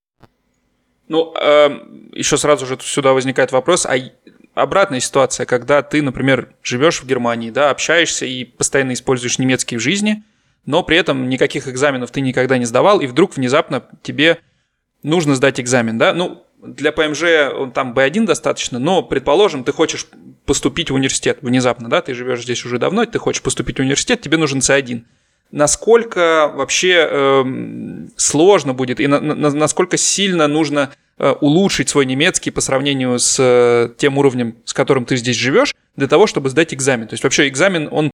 Ну, э, еще сразу же сюда возникает вопрос, а обратная ситуация, когда ты, например, живешь в Германии, да, общаешься и постоянно используешь немецкий в жизни, но при этом никаких экзаменов ты никогда не сдавал, и вдруг внезапно тебе нужно сдать экзамен, да? Ну, для ПМЖ он там бэ один достаточно, но, предположим, ты хочешь поступить в университет внезапно, да, ты живешь здесь уже давно, ты хочешь поступить в университет, тебе нужен си один. Насколько вообще э, сложно будет и на, на, насколько сильно нужно э, улучшить свой немецкий по сравнению с э, тем уровнем, с которым ты здесь живешь, для того, чтобы сдать экзамен? То есть вообще экзамен, он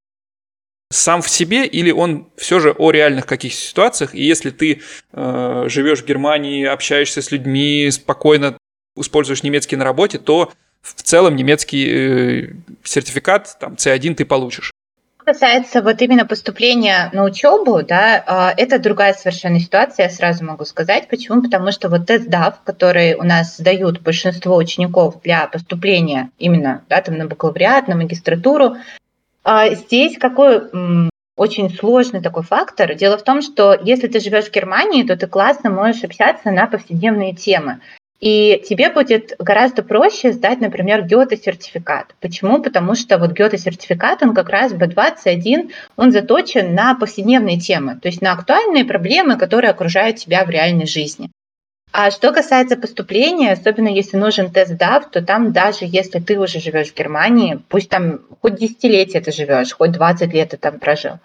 сам в себе или он все же о реальных каких-то ситуациях? И если ты э, живешь в Германии, общаешься с людьми, спокойно используешь немецкий на работе, то в целом немецкий э, сертификат, там, си один ты получишь. Касается вот именно поступления на учебу, да, это другая совершенно ситуация, я сразу могу сказать. Почему? Потому что вот тест дав, который у нас сдают большинство учеников для поступления именно, да, там, на бакалавриат, на магистратуру, здесь какой очень сложный такой фактор. Дело в том, что если ты живешь в Германии, то ты классно можешь общаться на повседневные темы. И тебе будет гораздо проще сдать, например, Гёте-сертификат. Почему? Потому что вот Гёте-сертификат, он как раз бэ два, си один, он заточен на повседневные темы, то есть на актуальные проблемы, которые окружают тебя в реальной жизни. А что касается поступления, особенно если нужен тест дав, то там даже если ты уже живешь в Германии, пусть там хоть десятилетие ты живешь, хоть двадцать лет ты там прожил,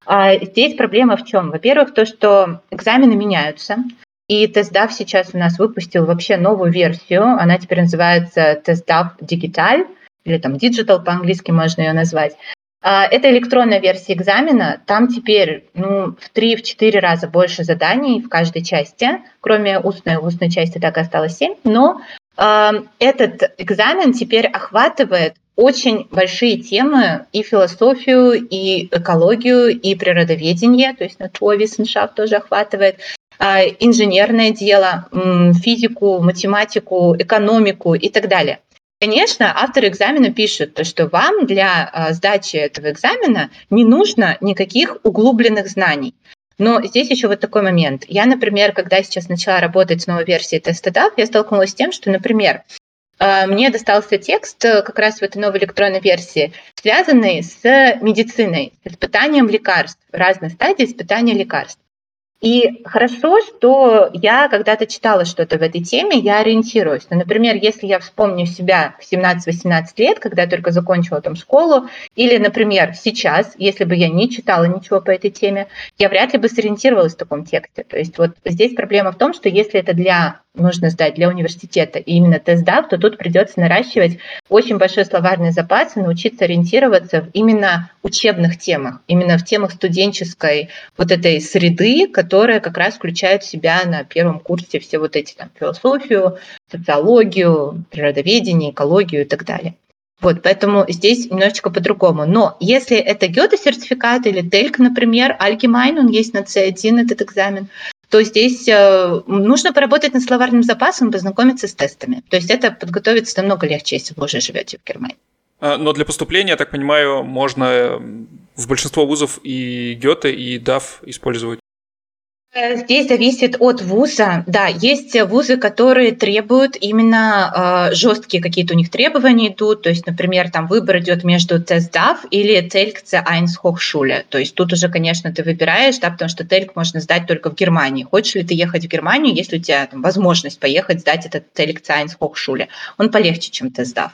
здесь проблема в чем? Во-первых, то, что экзамены меняются. И тест дав сейчас у нас выпустил вообще новую версию. Она теперь называется тест дав Digital, или там Digital по-английски можно ее назвать. Это электронная версия экзамена. Там теперь ну, в три-четыре раза больше заданий в каждой части. Кроме устной, в устной части так и осталось семь. Но э, этот экзамен теперь охватывает очень большие темы, и философию, и экологию, и природоведение, то есть Naturwissenschaft тоже охватывает, инженерное дело, физику, математику, экономику и так далее. Конечно, авторы экзамена пишут, что вам для сдачи этого экзамена не нужно никаких углубленных знаний. Но здесь еще вот такой момент. Я, например, когда сейчас начала работать с новой версией теста дав, я столкнулась с тем, что, например, мне достался текст как раз в этой новой электронной версии, связанный с медициной, с испытанием лекарств, разных стадий испытания лекарств. И хорошо, что я когда-то читала что-то в этой теме, я ориентируюсь. Ну, например, если я вспомню себя в семнадцать-восемнадцать лет, когда я только закончила там школу, или, например, сейчас, если бы я не читала ничего по этой теме, я вряд ли бы сориентировалась в таком тексте. То есть вот здесь проблема в том, что если это для нужно сдать для университета и именно тест дав, то тут придется наращивать очень большой словарный запас и научиться ориентироваться в именно учебных темах, именно в темах студенческой вот этой среды, которая как раз включает в себя на первом курсе все вот эти там философию, социологию, природоведение, экологию и так далее. Вот, поэтому здесь немножечко по-другому. Но если это Гёте-сертификат или тельк, например, Allgemein, он есть на си один, этот экзамен, то здесь э, нужно поработать над словарным запасом, познакомиться с тестами. То есть это подготовиться намного легче, если вы уже живете в Германии. Но для поступления, я так понимаю, можно в большинство вузов и Гёте, и дав использовать. Здесь зависит от вуза. Да, есть вузы, которые требуют именно э, жесткие какие-то у них требования идут. То есть, например, там выбор идет между тест дав или тельк си один Hochschule. То есть тут уже, конечно, ты выбираешь, да, потому что тельк можно сдать только в Германии. Хочешь ли ты ехать в Германию, если у тебя там возможность поехать сдать этот тельк си один Hochschule? Он полегче, чем тест дав.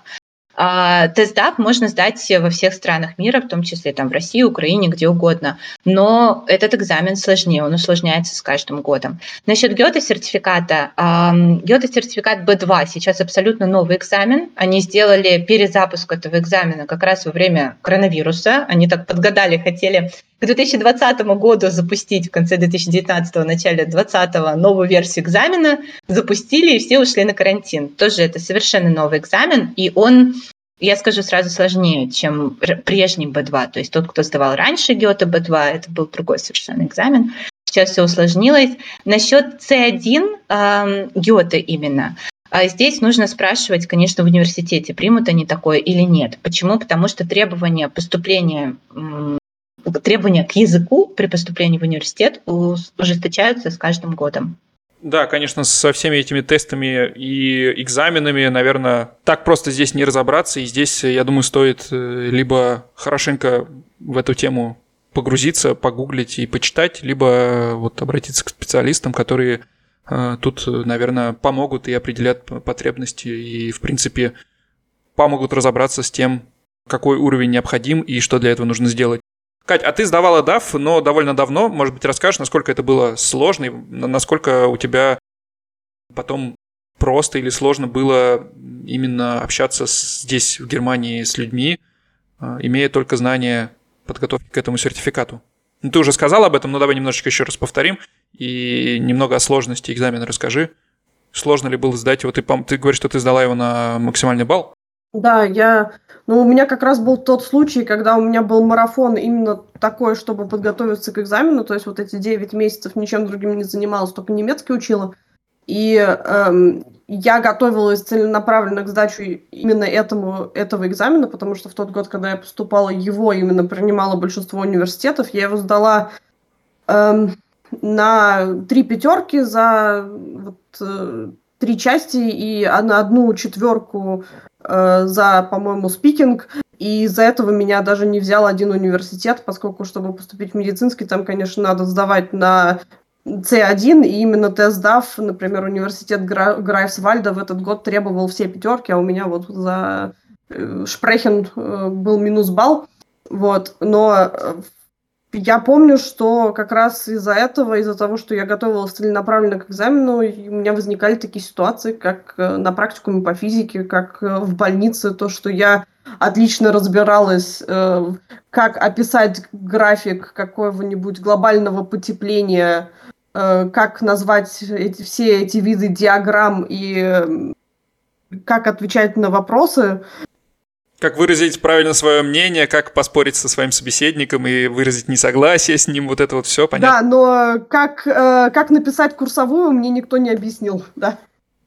А, тест дав можно сдать во всех странах мира, в том числе там в России, Украине, где угодно. Но этот экзамен сложнее, он усложняется с каждым годом. Насчет Гёте-сертификата. Гёте-сертификат бэ два сейчас абсолютно новый экзамен. Они сделали перезапуск этого экзамена как раз во время коронавируса. Они так подгадали, хотели к две тысячи двадцатому году запустить в конце две тысячи девятнадцатого, начале две тысячи двадцатого новую версию экзамена, запустили, и все ушли на карантин. Тоже это совершенно новый экзамен, и он, я скажу сразу, сложнее, чем прежний бэ два. То есть тот, кто сдавал раньше Гёте бэ два, это был другой совершенно экзамен. Сейчас все усложнилось. Насчет си один э, Гёте именно. Здесь нужно спрашивать, конечно, в университете, примут они такое или нет. Почему? Потому что требования поступления требования к языку при поступлении в университет ужесточаются с каждым годом. Да, конечно, со всеми этими тестами и экзаменами, наверное, так просто здесь не разобраться. И здесь, я думаю, стоит либо хорошенько в эту тему погрузиться, погуглить и почитать, либо вот обратиться к специалистам, которые тут, наверное, помогут и определят потребности, и, в принципе, помогут разобраться с тем, какой уровень необходим и что для этого нужно сделать. Кать, а ты сдавала даф, но довольно давно. Может быть, расскажешь, насколько это было сложно, и насколько у тебя потом просто или сложно было именно общаться здесь, в Германии, с людьми, имея только знания подготовки к этому сертификату? Ну, ты уже сказал об этом, но давай немножечко еще раз повторим. И немного о сложности экзамена расскажи. Сложно ли было сдать его? Ты, ты говоришь, что ты сдала его на максимальный балл? Да, я... Ну, у меня как раз был тот случай, когда у меня был марафон именно такой, чтобы подготовиться к экзамену. То есть вот эти девять месяцев ничем другим не занималась, только немецкий учила. И эм, я готовилась целенаправленно к сдаче именно этому, этого экзамена, потому что в тот год, когда я поступала, его именно принимало большинство университетов. Я его сдала эм, на три пятерки за вот, э, три части и на одну четверку э, за, по-моему, спикинг. И из-за этого меня даже не взял один университет, поскольку, чтобы поступить в медицинский, там, конечно, надо сдавать на си один, и именно тест даф, например, университет Гра- Грайфсвальда в этот год требовал все пятерки, а у меня вот за э, Шпрехен э, был минус балл. Вот. Но э, я помню, что как раз из-за этого, из-за того, что я готовилась целенаправленно к экзамену, у меня возникали такие ситуации, как э, на практикуме по физике, как э, в больнице, то, что я отлично разбиралась, э, как описать график какого-нибудь глобального потепления, э, как назвать эти, все эти виды диаграмм и э, как отвечать на вопросы. Как выразить правильно свое мнение, как поспорить со своим собеседником и выразить несогласие с ним, вот это вот все, понятно? Да, но как, э, как написать курсовую, мне никто не объяснил, да.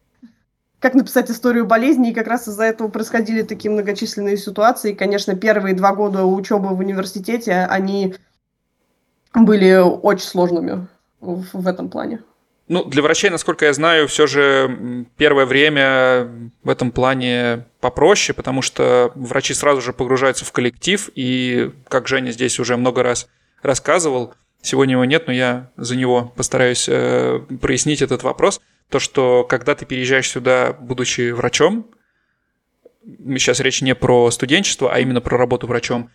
Как написать историю болезни, и как раз из-за этого происходили такие многочисленные ситуации. И, конечно, первые два года учебы в университете, они были очень сложными в, в этом плане. Ну, для врачей, насколько я знаю, все же первое время в этом плане попроще, потому что врачи сразу же погружаются в коллектив, и, как Женя здесь уже много раз рассказывал, сегодня его нет, но я за него постараюсь э, прояснить этот вопрос, то, что когда ты переезжаешь сюда, будучи врачом, сейчас речь не про студенчество, а именно про работу врачом,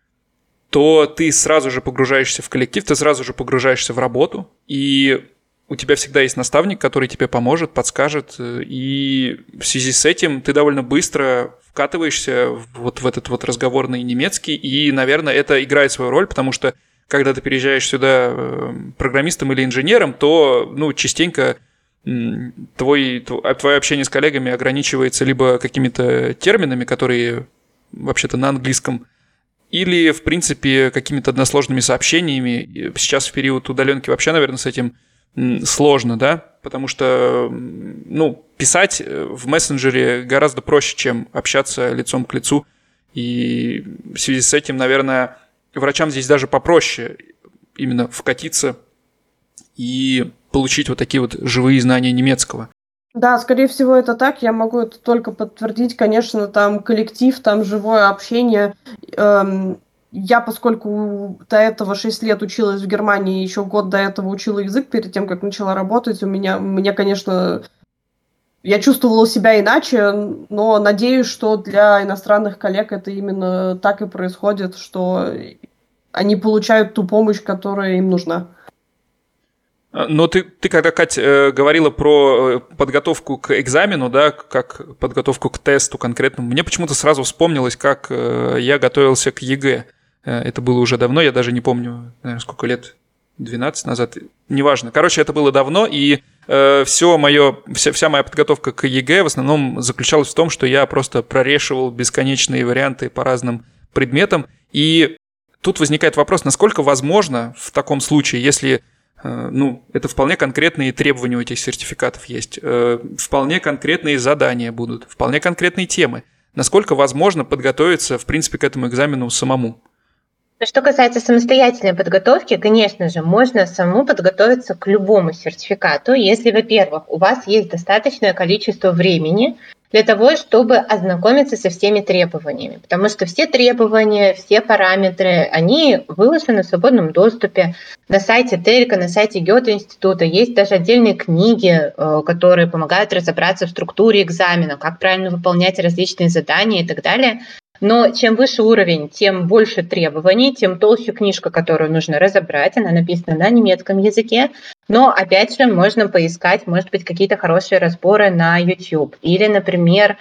то ты сразу же погружаешься в коллектив, ты сразу же погружаешься в работу, и у тебя всегда есть наставник, который тебе поможет, подскажет, и в связи с этим ты довольно быстро вкатываешься вот в этот вот разговорный немецкий, и, наверное, это играет свою роль, потому что когда ты переезжаешь сюда программистом или инженером, то, ну, частенько твой, твое общение с коллегами ограничивается либо какими-то терминами, которые вообще-то на английском, или, в принципе, какими-то односложными сообщениями. Сейчас в период удаленки вообще, наверное, с этим сложно, да, потому что, ну, писать в мессенджере гораздо проще, чем общаться лицом к лицу, и в связи с этим, наверное, врачам здесь даже попроще именно вкатиться и получить вот такие вот живые знания немецкого. Да, скорее всего, это так. Я могу это только подтвердить. Конечно, там коллектив, там живое общение. Эм, я, поскольку до этого шесть лет училась в Германии, еще год до этого учила язык перед тем, как начала работать, у меня, у меня, конечно, я чувствовала себя иначе, но надеюсь, что для иностранных коллег это именно так и происходит, что они получают ту помощь, которая им нужна. Но ты, ты когда, Кать, говорила про подготовку к экзамену, да, как подготовку к тесту конкретному, мне почему-то сразу вспомнилось, как я готовился к ЕГЭ. Это было уже давно, я даже не помню, наверное, сколько лет, двенадцать назад, неважно. Короче, это было давно, и э, все моё, вся, вся моя подготовка к ЕГЭ в основном заключалась в том, что я просто прорешивал бесконечные варианты по разным предметам. И тут возникает вопрос, насколько возможно в таком случае, если... Ну, это вполне конкретные требования у этих сертификатов есть, вполне конкретные задания будут, вполне конкретные темы. Насколько возможно подготовиться, в принципе, к этому экзамену самому? Что касается самостоятельной подготовки, конечно же, можно самому подготовиться к любому сертификату, если, во-первых, у вас есть достаточное количество времени для того, чтобы ознакомиться со всеми требованиями. Потому что все требования, все параметры, они выложены в свободном доступе на сайте Телька, на сайте Гёте-института. Есть даже отдельные книги, которые помогают разобраться в структуре экзамена, как правильно выполнять различные задания и так далее. Но чем выше уровень, тем больше требований, тем толще книжка, которую нужно разобрать. Она написана на немецком языке. Но, опять же, можно поискать, может быть, какие-то хорошие разборы на YouTube. Или, например,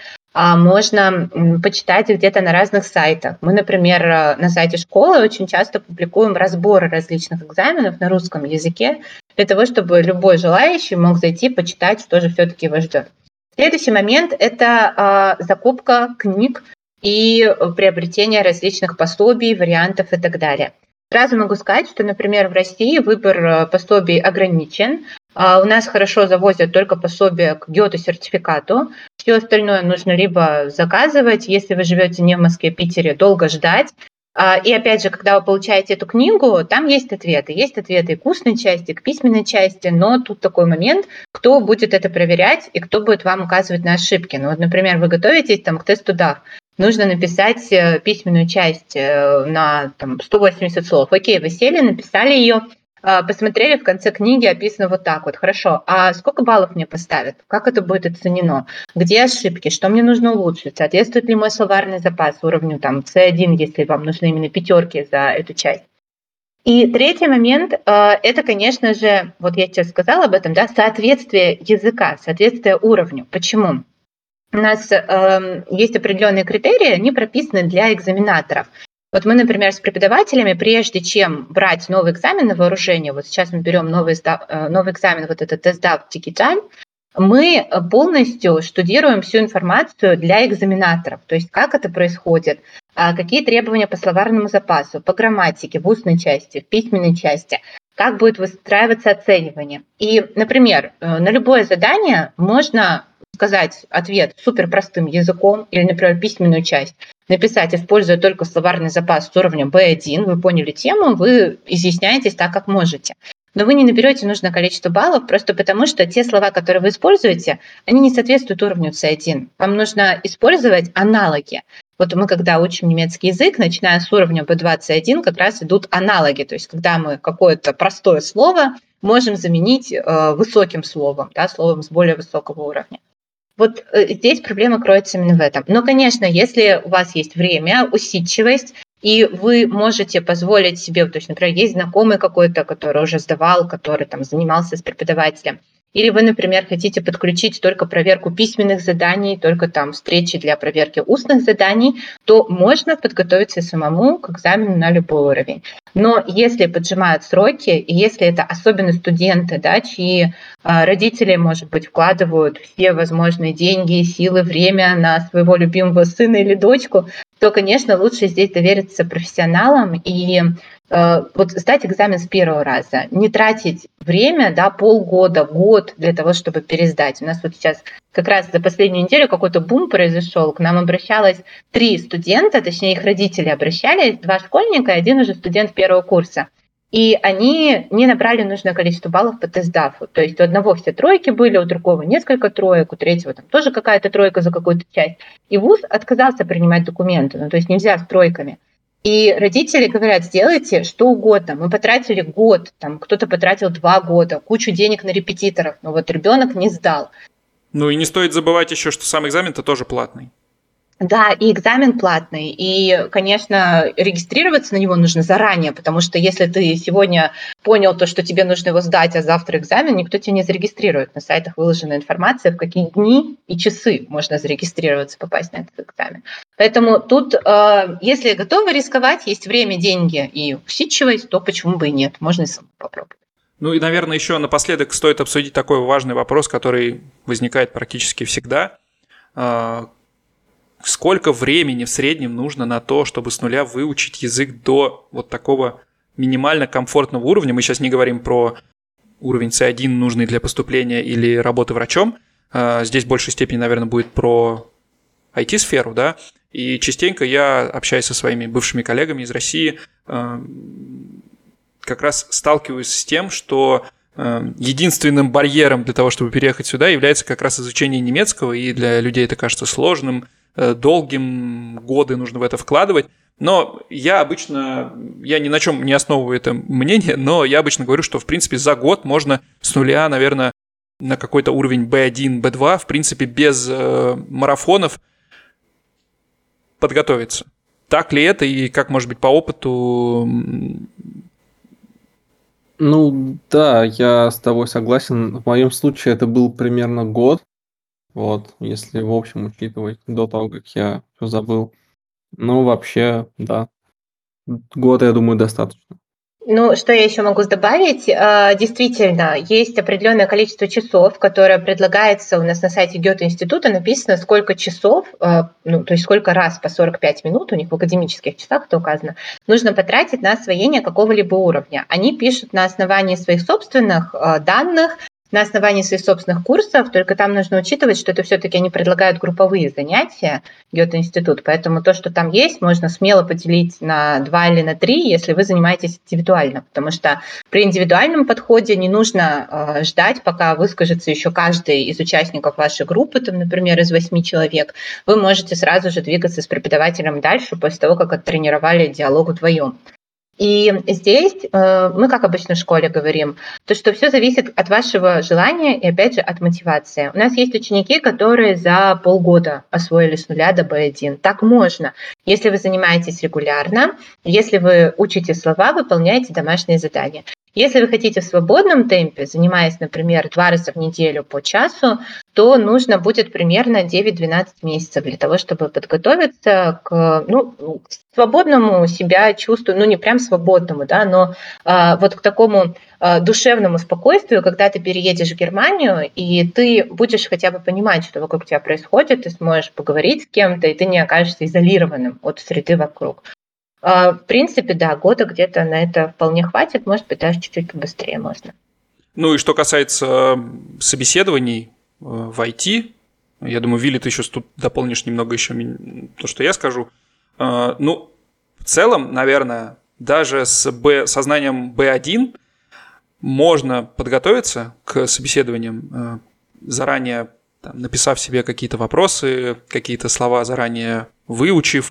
можно почитать где-то на разных сайтах. Мы, например, на сайте школы очень часто публикуем разборы различных экзаменов на русском языке для того, чтобы любой желающий мог зайти, почитать, что же все-таки его ждет. Следующий момент – это закупка книг и приобретение различных пособий, вариантов и так далее. Сразу могу сказать, что, например, в России выбор пособий ограничен. У нас хорошо завозят только пособия к Гёте-сертификату. Все остальное нужно либо заказывать, если вы живете не в Москве, Питере, долго ждать. И опять же, когда вы получаете эту книгу, там есть ответы. Есть ответы и к устной части, и к письменной части, но тут такой момент, кто будет это проверять и кто будет вам указывать на ошибки. Ну вот, например, вы готовитесь там, к тесту даф, нужно написать письменную часть на там, сто восемьдесят слов. Окей, вы сели, написали ее, посмотрели, в конце книги описано вот так вот. Хорошо, а сколько баллов мне поставят? Как это будет оценено? Где ошибки? Что мне нужно улучшить? Соответствует ли мой словарный запас уровню там, си один, если вам нужны именно пятерки за эту часть? И третий момент – это, конечно же, вот я сейчас сказала об этом, да, соответствие языка, соответствие уровню. Почему? У нас э, есть определенные критерии, они прописаны для экзаменаторов. Вот мы, например, с преподавателями, прежде чем брать новый экзамен на вооружение, вот сейчас мы берем новый, новый экзамен, вот этот тест-дав Digital, мы полностью штудируем всю информацию для экзаменаторов, то есть как это происходит, какие требования по словарному запасу, по грамматике, в устной части, в письменной части, как будет выстраиваться оценивание. И, например, на любое задание можно сказать ответ суперпростым языком или, например, письменную часть, написать, используя только словарный запас с уровня би один, вы поняли тему, вы изъясняетесь так, как можете. Но вы не наберете нужное количество баллов просто потому, что те слова, которые вы используете, они не соответствуют уровню си один. Вам нужно использовать аналоги. Вот мы, когда учим немецкий язык, начиная с уровня би два си один, как раз идут аналоги. То есть когда мы какое-то простое слово можем заменить э, высоким словом, да, словом с более высокого уровня. Вот здесь проблема кроется именно в этом. Но, конечно, если у вас есть время, усидчивость, и вы можете позволить себе, то есть, например, есть знакомый какой-то, который уже сдавал, который там занимался с преподавателем, или вы, например, хотите подключить только проверку письменных заданий, только там встречи для проверки устных заданий, то можно подготовиться самому к экзамену на любой уровень. Но если поджимают сроки, и если это особенно студенты, да, чьи а, родители, может быть, вкладывают все возможные деньги, силы, время на своего любимого сына или дочку, то, конечно, лучше здесь довериться профессионалам и э, вот сдать экзамен с первого раза, не тратить время, да, полгода, год для того, чтобы пересдать. У нас вот сейчас как раз за последнюю неделю какой-то бум произошел, к нам обращалось три студента, точнее их родители обращались, два школьника и один уже студент первого курса. И они не набрали нужное количество баллов по тест-дафу. То есть у одного все тройки были, у другого несколько троек, у третьего там тоже какая-то тройка за какую-то часть. И вуз отказался принимать документы, ну то есть нельзя с тройками. И родители говорят, сделайте что угодно. Мы потратили год, там кто-то потратил два года, кучу денег на репетиторов, но вот ребенок не сдал. Ну и не стоит забывать еще, что сам экзамен-то тоже платный. Да, и экзамен платный, и, конечно, регистрироваться на него нужно заранее, потому что если ты сегодня понял то, что тебе нужно его сдать, а завтра экзамен, никто тебя не зарегистрирует. На сайтах выложена информация, в какие дни и часы можно зарегистрироваться, попасть на этот экзамен. Поэтому тут, если готовы рисковать, есть время, деньги и усидчивость, то почему бы и нет, можно и самому попробовать. Ну и, наверное, еще напоследок стоит обсудить такой важный вопрос, который возникает практически всегда. Сколько времени в среднем нужно на то, чтобы с нуля выучить язык до вот такого минимально комфортного уровня? Мы сейчас не говорим про уровень си один, нужный для поступления или работы врачом. Здесь в большей степени, наверное, будет про ай ти-сферу, да? И частенько я общаюсь со своими бывшими коллегами из России, как раз сталкиваюсь с тем, что единственным барьером для того, чтобы переехать сюда, является как раз изучение немецкого, и для людей это кажется сложным, долгим, годы нужно в это вкладывать. Но я обычно, я ни на чем не основываю это мнение, но я обычно говорю, что, в принципе, за год можно с нуля, наверное, на какой-то уровень би один, би два, в принципе, без э, марафонов подготовиться. Так ли это и как, может быть, по опыту? Ну, да, я с тобой согласен. В моем случае это был примерно год. Вот, если в общем учитывать до того, как я все забыл. Ну, вообще, да. Года, я думаю, достаточно. Ну, что я еще могу добавить? А, Действительно, есть определенное количество часов, которое предлагается у нас на сайте Гёте-института. Написано, сколько часов, а, ну, то есть сколько раз по сорок пять минут, у них в академических часах это указано, нужно потратить на освоение какого-либо уровня. Они пишут на основании своих собственных а, данных, на основании своих собственных курсов, только там нужно учитывать, что это все-таки они предлагают групповые занятия, Гёте-институт, поэтому то, что там есть, можно смело поделить на два или на три, если вы занимаетесь индивидуально, потому что при индивидуальном подходе не нужно э, ждать, пока выскажется еще каждый из участников вашей группы, там, например, из восьми человек. Вы можете сразу же двигаться с преподавателем дальше после того, как оттренировали диалог вдвоем. И здесь э, мы, как обычно в школе говорим, то, что все зависит от вашего желания и, опять же, от мотивации. У нас есть ученики, которые за полгода освоили с нуля до би один. Так можно, если вы занимаетесь регулярно, если вы учите слова, выполняете домашние задания. Если вы хотите в свободном темпе, занимаясь, например, два раза в неделю по часу, то нужно будет примерно девять-двенадцать месяцев для того, чтобы подготовиться к, ну, к свободному себя чувству, ну не прям свободному, да, но а, вот к такому а, душевному спокойствию, когда ты переедешь в Германию, и ты будешь хотя бы понимать, что вокруг тебя происходит, ты сможешь поговорить с кем-то, и ты не окажешься изолированным от среды вокруг. В принципе, да, года где-то на это вполне хватит, может быть, даже чуть-чуть побыстрее можно. Ну и что касается собеседований в ай ти, я думаю, Вилли, ты еще тут дополнишь немного еще то, что я скажу. Ну, в целом, наверное, даже с Б, со знанием би один можно подготовиться к собеседованиям, заранее там, написав себе какие-то вопросы, какие-то слова заранее выучив,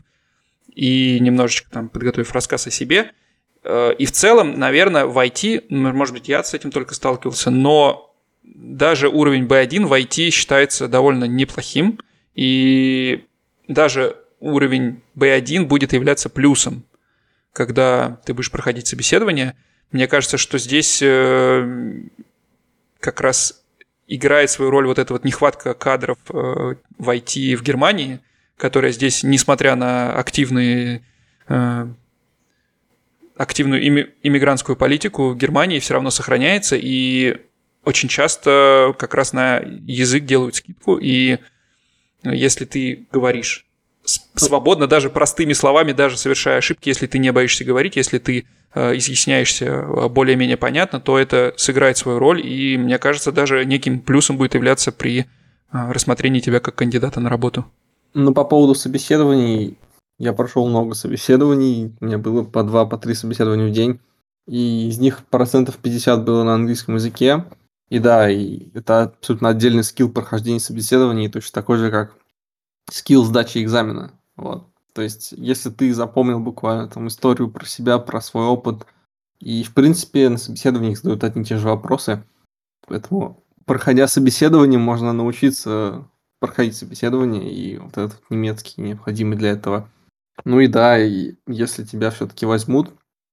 и немножечко там подготовив рассказ о себе. И в целом, наверное, в ай ти, может быть, я с этим только сталкивался, но даже уровень би один в ай ти считается довольно неплохим, и даже уровень би один будет являться плюсом, когда ты будешь проходить собеседование. Мне кажется, что здесь как раз играет свою роль вот эта вот нехватка кадров в ай ти в Германии, которая здесь, несмотря на активные, э, активную ими, иммигрантскую политику в Германии, все равно сохраняется, и очень часто как раз на язык делают скидку, и если ты говоришь свободно, даже простыми словами, даже совершая ошибки, если ты не боишься говорить, если ты э, изъясняешься более-менее понятно, то это сыграет свою роль, и, мне кажется, даже неким плюсом будет являться при э, рассмотрении тебя как кандидата на работу. Ну, по поводу собеседований, я прошел много собеседований, у меня было по два, по три собеседования в день, и из них процентов пятьдесят было на английском языке, и да, и это абсолютно отдельный скилл прохождения собеседований, точно такой же, как скилл сдачи экзамена, вот. То есть, если ты запомнил буквально там историю про себя, про свой опыт, и, в принципе, на собеседованиях задают одни и те же вопросы, поэтому, проходя собеседование, можно научиться проходить собеседование, и вот этот немецкий необходимый для этого. Ну и да, и если тебя все-таки возьмут,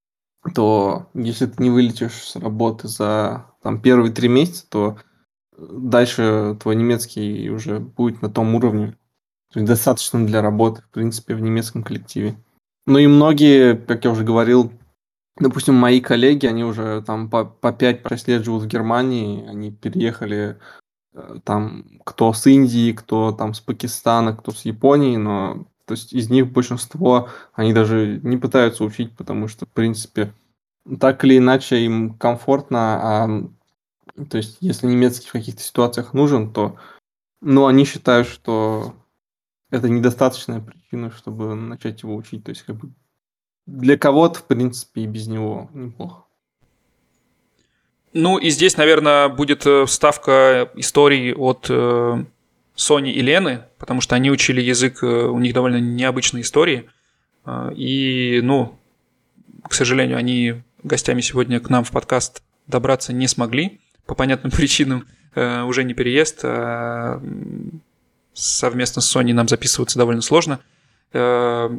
то если ты не вылетишь с работы за там, первые три месяца, то дальше твой немецкий уже будет на том уровне, то есть достаточно для работы, в принципе, в немецком коллективе. Ну и многие, как я уже говорил, допустим, мои коллеги, они уже там по, по пять-шесть лет живут в Германии, они переехали там кто с Индии, кто там с Пакистана, кто с Японии, но то есть из них большинство, они даже не пытаются учить, потому что, в принципе, так или иначе им комфортно, а то есть если немецкий в каких-то ситуациях нужен, то ну, они считают, что это недостаточная причина, чтобы начать его учить. То есть как бы для кого-то, в принципе, и без него неплохо. Ну и здесь, наверное, будет вставка историй от э, Сони и Лены, потому что они учили язык, у них довольно необычные истории. Э, и, ну, к сожалению, они гостями сегодня к нам в подкаст добраться не смогли. По понятным причинам э, уже не переезд. А совместно с Соней нам записываться довольно сложно. Э,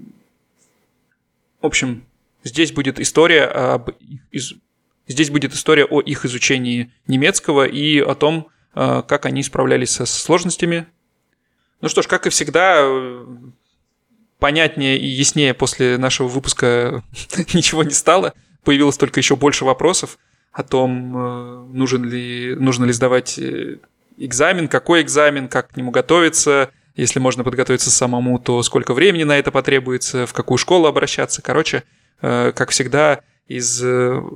в общем, здесь будет история об из Здесь будет история о их изучении немецкого и о том, как они справлялись со сложностями. Ну что ж, как и всегда, понятнее и яснее после нашего выпуска ничего не стало. Появилось только еще больше вопросов о том, нужен ли, нужно ли сдавать экзамен, какой экзамен, как к нему готовиться. Если можно подготовиться самому, то сколько времени на это потребуется, в какую школу обращаться. Короче, как всегда, из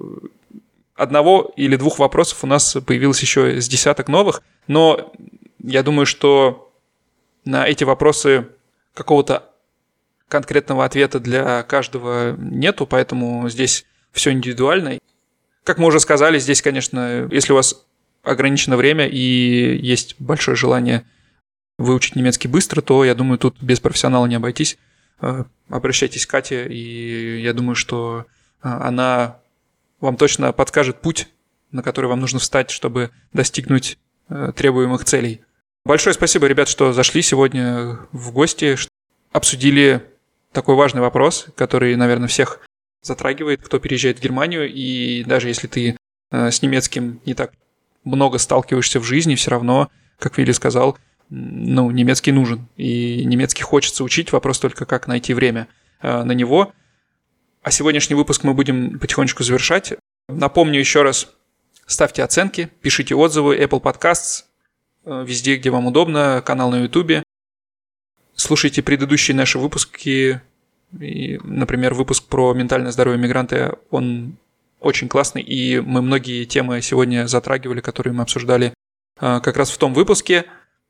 одного или двух вопросов у нас появилось еще с десяток новых, но я думаю, что на эти вопросы какого-то конкретного ответа для каждого нету, поэтому здесь все индивидуально. Как мы уже сказали, здесь, конечно, если у вас ограничено время и есть большое желание выучить немецкий быстро, то, я думаю, тут без профессионала не обойтись. Обращайтесь к Кате, и я думаю, что она вам точно подскажет путь, на который вам нужно встать, чтобы достигнуть э, требуемых целей. Большое спасибо, ребят, что зашли сегодня в гости, что обсудили такой важный вопрос, который, наверное, всех затрагивает, кто переезжает в Германию. И даже если ты э, с немецким не так много сталкиваешься в жизни, все равно, как Вилли сказал, ну, немецкий нужен. И немецкий хочется учить, вопрос только, как найти время э, на него. А сегодняшний выпуск мы будем потихонечку завершать. Напомню еще раз, ставьте оценки, пишите отзывы, Apple Podcasts, везде, где вам удобно, канал на YouTube. Слушайте предыдущие наши выпуски. И, например, выпуск про ментальное здоровье мигранта, он очень классный, и мы многие темы сегодня затрагивали, которые мы обсуждали как раз в том выпуске.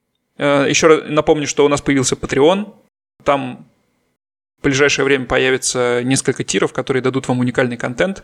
Еще раз напомню, что у нас появился Patreon. Там в ближайшее время появится несколько тиров, которые дадут вам уникальный контент.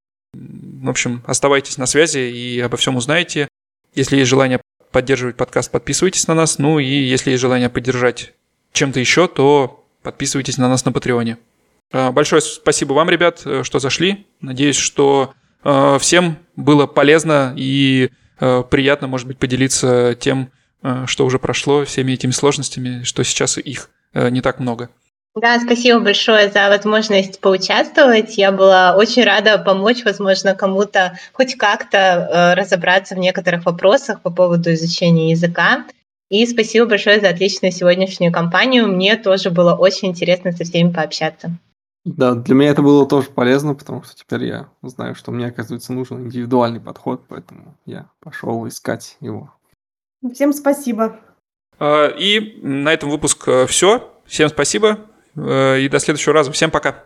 В общем, оставайтесь на связи и обо всем узнаете. Если есть желание поддерживать подкаст, подписывайтесь на нас. Ну и если есть желание поддержать чем-то еще, то подписывайтесь на нас на Патреоне. Большое спасибо вам, ребят, что зашли. Надеюсь, что всем было полезно и приятно, может быть, поделиться тем, что уже прошло, всеми этими сложностями, что сейчас их не так много. Да, спасибо большое за возможность поучаствовать. Я была очень рада помочь, возможно, кому-то хоть как-то э, разобраться в некоторых вопросах по поводу изучения языка. И спасибо большое за отличную сегодняшнюю компанию. Мне тоже было очень интересно со всеми пообщаться. Да, для меня это было тоже полезно, потому что теперь я знаю, что мне, оказывается, нужен индивидуальный подход, поэтому я пошел искать его. Всем спасибо. И на этом выпуск все. Всем спасибо. И до следующего раза. Всем пока.